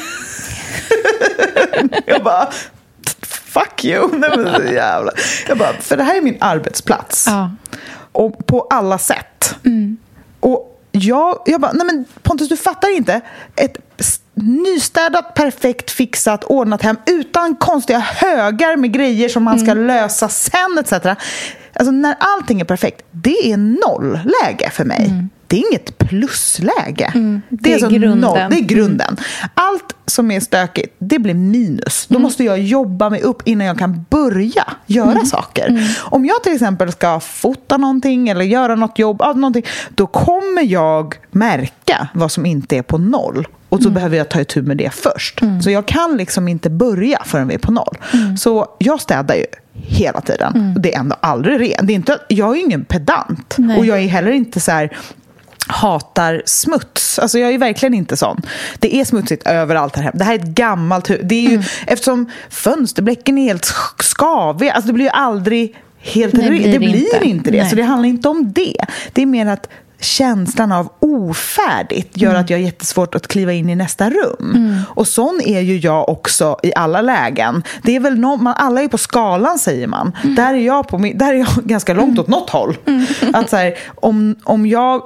Jag bara, fuck you. Nej, men så jävla. Jag bara, för det här är min arbetsplats. Ja. Och på alla sätt. Och jag bara, nej men Pontus, du fattar inte. Ett nystädat, perfekt, fixat, ordnat hem utan konstiga högar med grejer som man ska lösa sen etc. Alltså när allting är perfekt, det är nollläge för mig. Det är inget plusläge. Det är grunden. Noll, det är grunden. Allt som är stökigt, det blir minus. Då måste jag jobba mig upp innan jag kan börja göra saker. Om jag till exempel ska fota någonting eller göra något jobb, någonting, då kommer jag märka vad som inte är på noll. Och så behöver jag ta itu med det först. Så jag kan liksom inte börja förrän vi är på noll. Så jag städar ju hela tiden. Och det är ändå aldrig rent. Det är inte, jag är ju ingen pedant. Nej. Och jag är heller inte så här hatar smuts. Alltså jag är verkligen inte sån. Det är smutsigt överallt här hemma. Det här är ett gammalt hus. Det är ju, eftersom fönsterbläcken är helt skaviga. Alltså det blir ju aldrig helt rent. Det blir inte det. Nej. Så det handlar inte om det. Det är mer att känslan av ofärdigt gör att jag är jättesvårt att kliva in i nästa rum. Och sån är ju jag också i alla lägen. Det är väl alla är på skalan, säger man. Där är jag ganska långt åt något håll. Att så här, om jag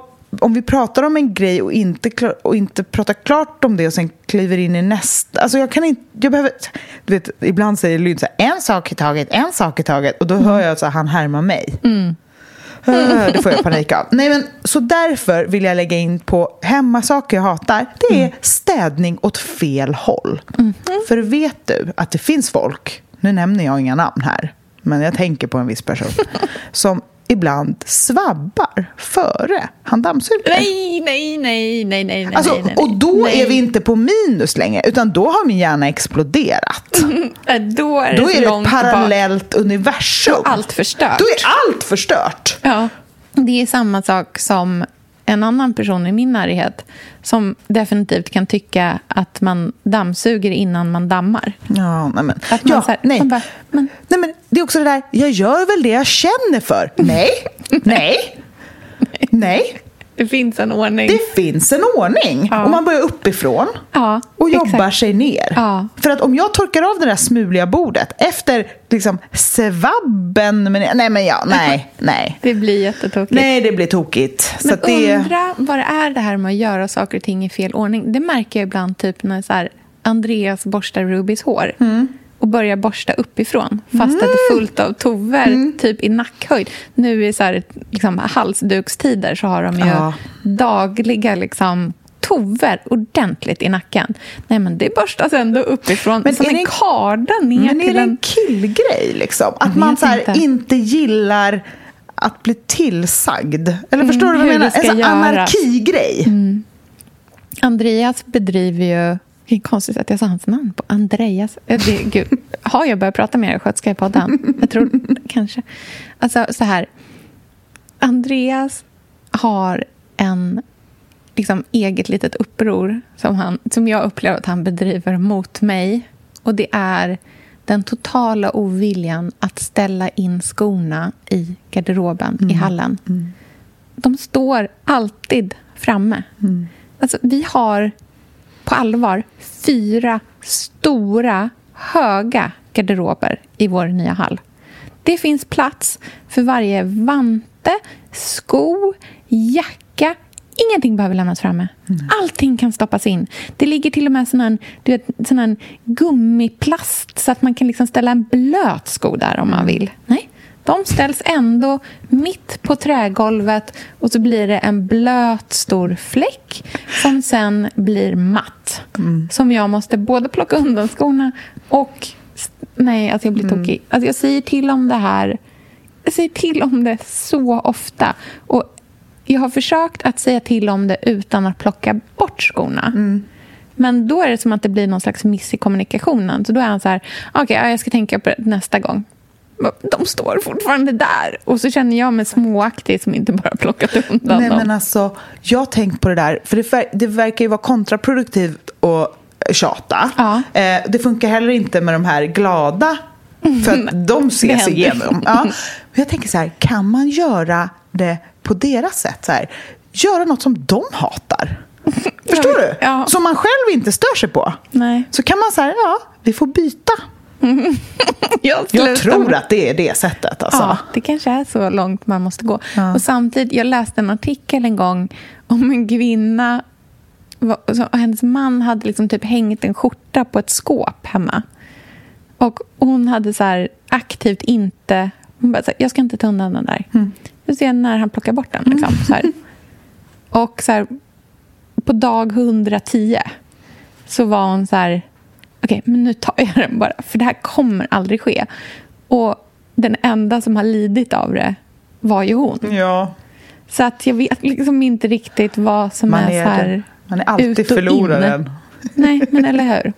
om vi pratar om en grej och inte pratar klart om det och sen kliver in i nästa. Alltså jag kan inte, jag behöver, du vet, ibland säger Lynn så här, en sak i taget. Och då hör jag att han härmar mig. Det får jag panik av. Nej, men så därför vill jag lägga in på hemmasaker jag hatar. Det är städning åt fel håll. För vet du att det finns folk, nu nämner jag inga namn här, men jag tänker på en viss person som ibland svabbar före han dammsuger. Nej. Alltså, och då är vi inte på minus längre, utan då har min hjärna exploderat. Då är det ett parallellt universum. Då är allt förstört. Då är allt förstört. Ja, det är samma sak som en annan person i min närhet som definitivt kan tycka att man dammsuger innan man dammar. Ja, nej men. Att man så här, nej. Man bara, men. Nej, men det är också det där, jag gör väl det jag känner för. Nej. Det finns en ordning. Det finns en ordning. Ja. Och man börjar uppifrån och jobbar sig ner. Ja. För att om jag torkar av det där smuliga bordet efter liksom svabben, nej. Det blir jättetokigt. Nej, det blir tokigt. Men så att det... undra vad det är det här med att göra saker och ting i fel ordning. Det märker jag ibland typ när så här, Andreas borstar Rubys hår. Och börjar borsta uppifrån. Fast att det är fullt av tover typ i nackhöjd. Nu i så här, liksom, halsdukstider så har de ju dagliga liksom, tover ordentligt i nacken. Nej, men det borstas ändå uppifrån. Men som en karda ner men till är det en killgrej liksom? Att man så här, inte gillar att bli tillsagd. Eller förstår du vad jag menar? En sån anarkigrej. Andreas bedriver ju... Det är konstigt att jag sa hans namn på Andreas. Gud, har jag börjat prata med er skötska i podden? Jag tror kanske. Alltså så här. Andreas har en liksom eget litet uppror som jag upplever att han bedriver mot mig. Och det är den totala oviljan att ställa in skorna i garderoben i hallen. De står alltid framme. Alltså vi har på allvar 4 stora, höga garderober i vår nya hall. Det finns plats för varje vante, sko, jacka. Ingenting behöver lämnas framme. Allting kan stoppas in. Det ligger till och med sån här gummiplast så att man kan liksom ställa en blöt sko där om man vill. Nej. De ställs ändå mitt på trägolvet och så blir det en blöt stor fläck som sen blir matt. Som jag måste både plocka undan skorna och... Nej, alltså jag blir tokig. Alltså jag säger till om det här. Jag säger till om det så ofta. Och jag har försökt att säga till om det utan att plocka bort skorna. Men då är det som att det blir någon slags miss i kommunikationen. Så då är han så här, okej, jag ska tänka på det nästa gång. De står fortfarande där. Och så känner jag mig småaktig som inte bara plockat undan dem. Men alltså, jag har tänkt på det där. För det verkar ju vara kontraproduktivt och tjata. Det funkar heller inte med de här glada. För att de ses igenom. Men jag tänker så här, kan man göra det på deras sätt? Så här, göra något som de hatar. Förstår du? Ja. Som man själv inte stör sig på. Nej. Så kan man säga, vi får byta. Jag tror att det är det sättet. Alltså. Ja, det kanske är så långt man måste gå. Och samtidigt, jag läste en artikel en gång om en kvinna. Hennes man hade liksom typ hängt en skjorta på ett skåp hemma. Och hon hade så här aktivt inte... Hon bara så här, jag ska inte ta undan den där. Jag ser när han plockar bort den. Liksom, så här. Och så här, på dag 110 så var hon så här... Okej, men nu tar jag den bara. För det här kommer aldrig ske. Och den enda som har lidit av det var ju hon. Ja. Så att jag vet liksom inte riktigt vad som är så här... Man är alltid förloraren. Nej, men eller hur?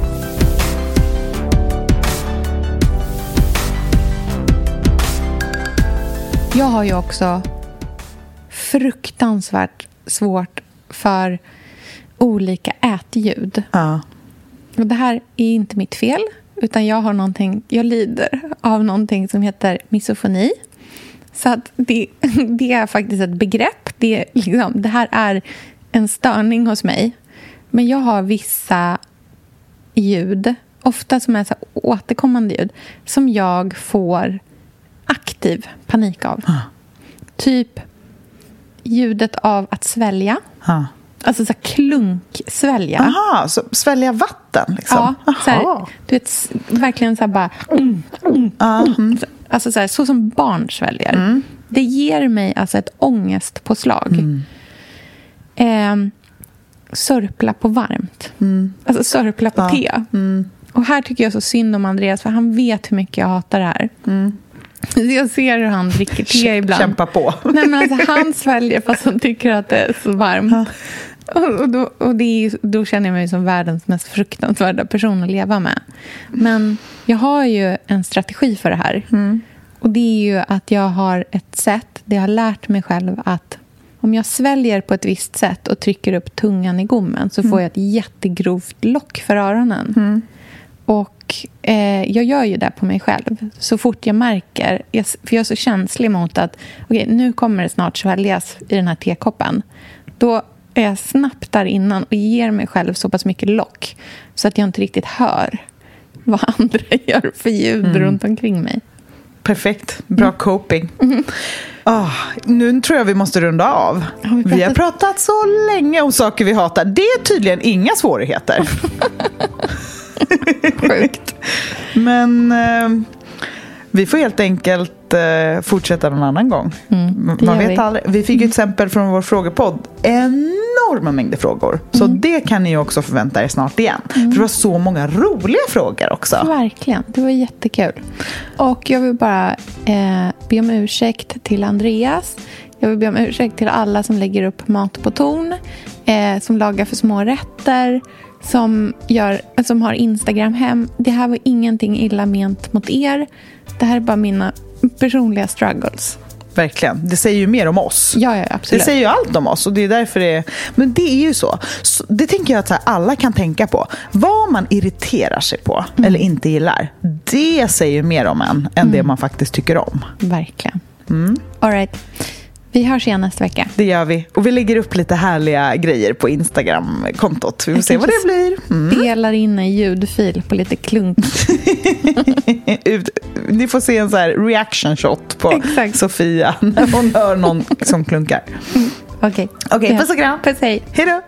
Jag har ju också fruktansvärt svårt för olika ätljud. Ja. Och det här är inte mitt fel, utan jag lider av någonting som heter misofoni. Så att det är faktiskt ett begrepp. Det här är en störning hos mig. Men jag har vissa ljud, ofta som är så återkommande ljud, som jag får aktiv panik av. Typ ljudet av att svälja. Alltså så här klunksvälja. Aha, så svälja vatten liksom. Ja, så här, du vet, verkligen så här bara alltså så som barn sväljer. Det ger mig alltså ett ångestpåslag. Sörpla på varmt. Alltså sörpla på te. Och här tycker jag så synd om Andreas, för han vet hur mycket jag hatar det här. Jag ser hur han dricker te ibland. Kämpa på. Nej, men alltså, han sväljer fast han tycker att det är så varmt. Och då känner jag mig som världens mest fruktansvärda person att leva med. Men jag har ju en strategi för det här. Och det är ju att jag har ett sätt, det jag har lärt mig själv, att om jag sväljer på ett visst sätt och trycker upp tungan i gommen så får jag ett jättegrovt lock för öronen. Och jag gör ju det på mig själv. Så fort jag märker, för jag är så känslig mot att okej, nu kommer det snart sväljas i den här tekoppen. Då är jag snabbt där innan och ger mig själv så pass mycket lock så att jag inte riktigt hör vad andra gör för ljud runt omkring mig. Perfekt, bra coping. Nu tror jag vi måste runda av. Vi har pratat så länge om saker vi hatar. Det är tydligen inga svårigheter. Sjukt. Men vi får helt enkelt fortsätta någon annan gång. Man vet aldrig. Vi fick ju ett exempel från vår frågepodd. Enorma mängder frågor. Så det kan ni ju också förvänta er snart igen. För det var så många roliga frågor också. Verkligen, det var jättekul. Och jag vill bara be om ursäkt till Andreas. Jag vill be om ursäkt till alla som lägger upp mat på ton. Som lagar för små rätter. Som har Instagram hem. Det här var ingenting illa ment mot er. Det här är bara mina personliga struggles. Verkligen, det säger ju mer om oss. Ja, absolut. Det säger ju allt om oss och det är därför det. Men det är ju så det tänker jag att så här, alla kan tänka på. Vad man irriterar sig på eller inte gillar, det säger ju mer om än det man faktiskt tycker om. Verkligen. All right. Vi hörs igen nästa vecka. Det gör vi. Och vi lägger upp lite härliga grejer på Instagram-kontot. Vi får se vad det blir. Delar in en ljudfil på lite klunk. Ni får se en så här reaction shot på Sofia när hon hör någon som klunkar. Okej, puss och kram. Puss, hej. Hej då.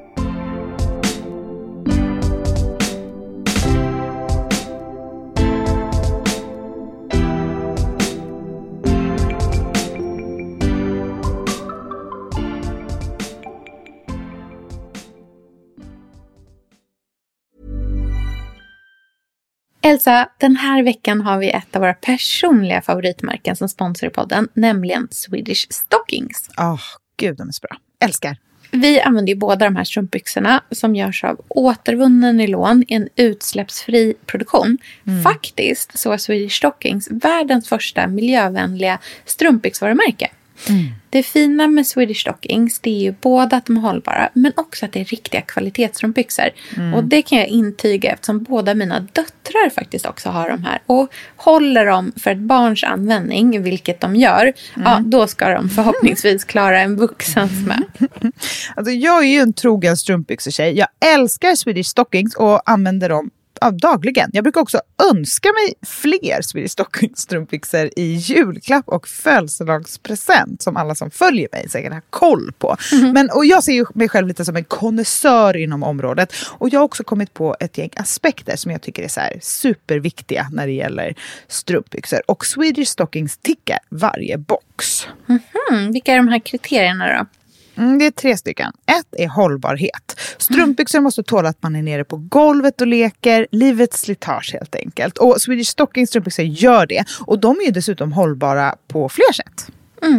Elsa, den här veckan har vi ett av våra personliga favoritmärken som sponsor i podden, nämligen Swedish Stockings. Gud, de är så bra. Älskar. Vi använder ju båda de här strumpbyxorna som görs av återvunnen nylon i en utsläppsfri produktion. Faktiskt så är Swedish Stockings världens första miljövänliga strumpbyxvarumärke. Det fina med Swedish Stockings, det är ju både att de är hållbara men också att det är riktiga kvalitetsstrumpbyxor. Och det kan jag intyga eftersom båda mina döttrar faktiskt också har de här. Och håller de för ett barns användning, vilket de gör, då ska de förhoppningsvis klara en vuxens med. Alltså jag är ju en trogen strumpbyxor-tjej. Jag älskar Swedish Stockings och använder dem dagligen. Jag brukar också önska mig fler Swedish Stockings strumpbyxor i julklapp och födelsedagspresent som alla som följer mig säkert har koll på. Och jag ser ju mig själv lite som en konnässör inom området och jag har också kommit på ett gäng aspekter som jag tycker är så här superviktiga när det gäller strumpbyxor och Swedish Stockings tickar varje box. Vilka är de här kriterierna då? Det är 3 stycken. 1 är hållbarhet. Strumpbyxor måste tåla att man är nere på golvet och leker. Livets slitage helt enkelt. Och Swedish Stockings strumpbyxor gör det. Och de är ju dessutom hållbara på fler sätt.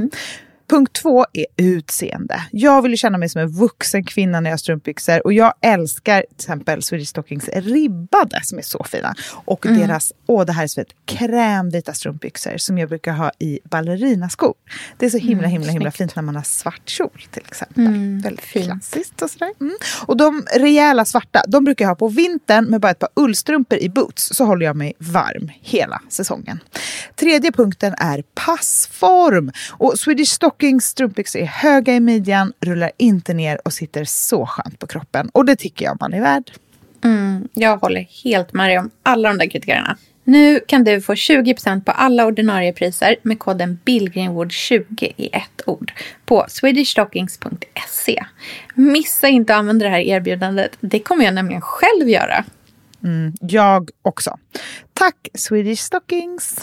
Punkt 2 är utseende. Jag vill ju känna mig som en vuxen kvinna när jag har strumpbyxor. Och jag älskar till exempel Swedish Stockings ribbade som är så fina. Och deras, det här är så krämvita strumpbyxor som jag brukar ha i ballerinaskor. Det är så himla fint när man har svart kjol till exempel. Väldigt klassiskt och sådär. Och de rejäla svarta, de brukar jag ha på vintern med bara ett par ullstrumpor i boots. Så håller jag mig varm hela säsongen. 3:e punkten är passform. Och Swedish Stockings strumpbyxor är höga i midjan, rullar inte ner och sitter så skönt på kroppen. Och det tycker jag man är värd. Jag håller helt med dig om alla de där kriterierna. Nu kan du få 20% på alla ordinarie priser med koden Billgrenwood20 i ett ord på swedishstockings.se. Missa inte att använda det här erbjudandet. Det kommer jag nämligen själv göra. Jag också. Tack Swedish Stockings!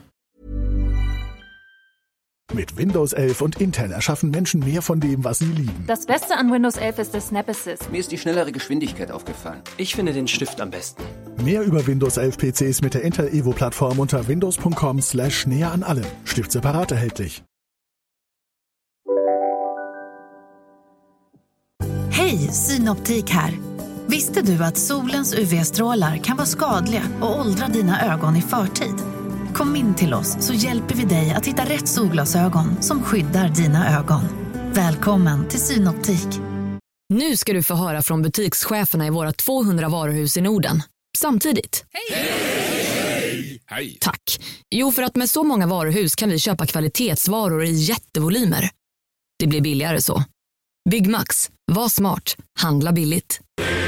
Mit Windows 11 und Intel erschaffen Menschen mehr von dem, was sie lieben. Das Beste an Windows 11 ist der Snap Assist. Mir ist die schnellere Geschwindigkeit aufgefallen. Ich finde den Stift am besten. Mehr über Windows 11 PCs mit der Intel Evo-Plattform unter windows.com/näher an allem. Stift separat erhältlich. Hej, Synoptik här. Visste du att solens UV-strålar kan vara skadliga och åldra dina ögon i förtid? Kom in till oss så hjälper vi dig att hitta rätt solglasögon som skyddar dina ögon. Välkommen till Synoptik. Nu ska du få höra från butikscheferna i våra 200 varuhus i Norden. Samtidigt. Hej! Hej! Tack. Jo, för att med så många varuhus kan vi köpa kvalitetsvaror i jättevolymer. Det blir billigare så. Byggmax. Var smart. Handla billigt.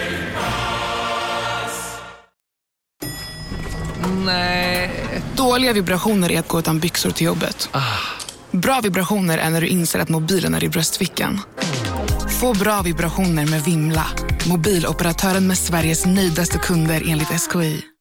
Nej. Dåliga vibrationer är att gå utan byxor till jobbet. Bra vibrationer är när du inser att mobilen är i bröstfickan. Få bra vibrationer med Vimla. Mobiloperatören med Sveriges nöjdaste kunder enligt SKI.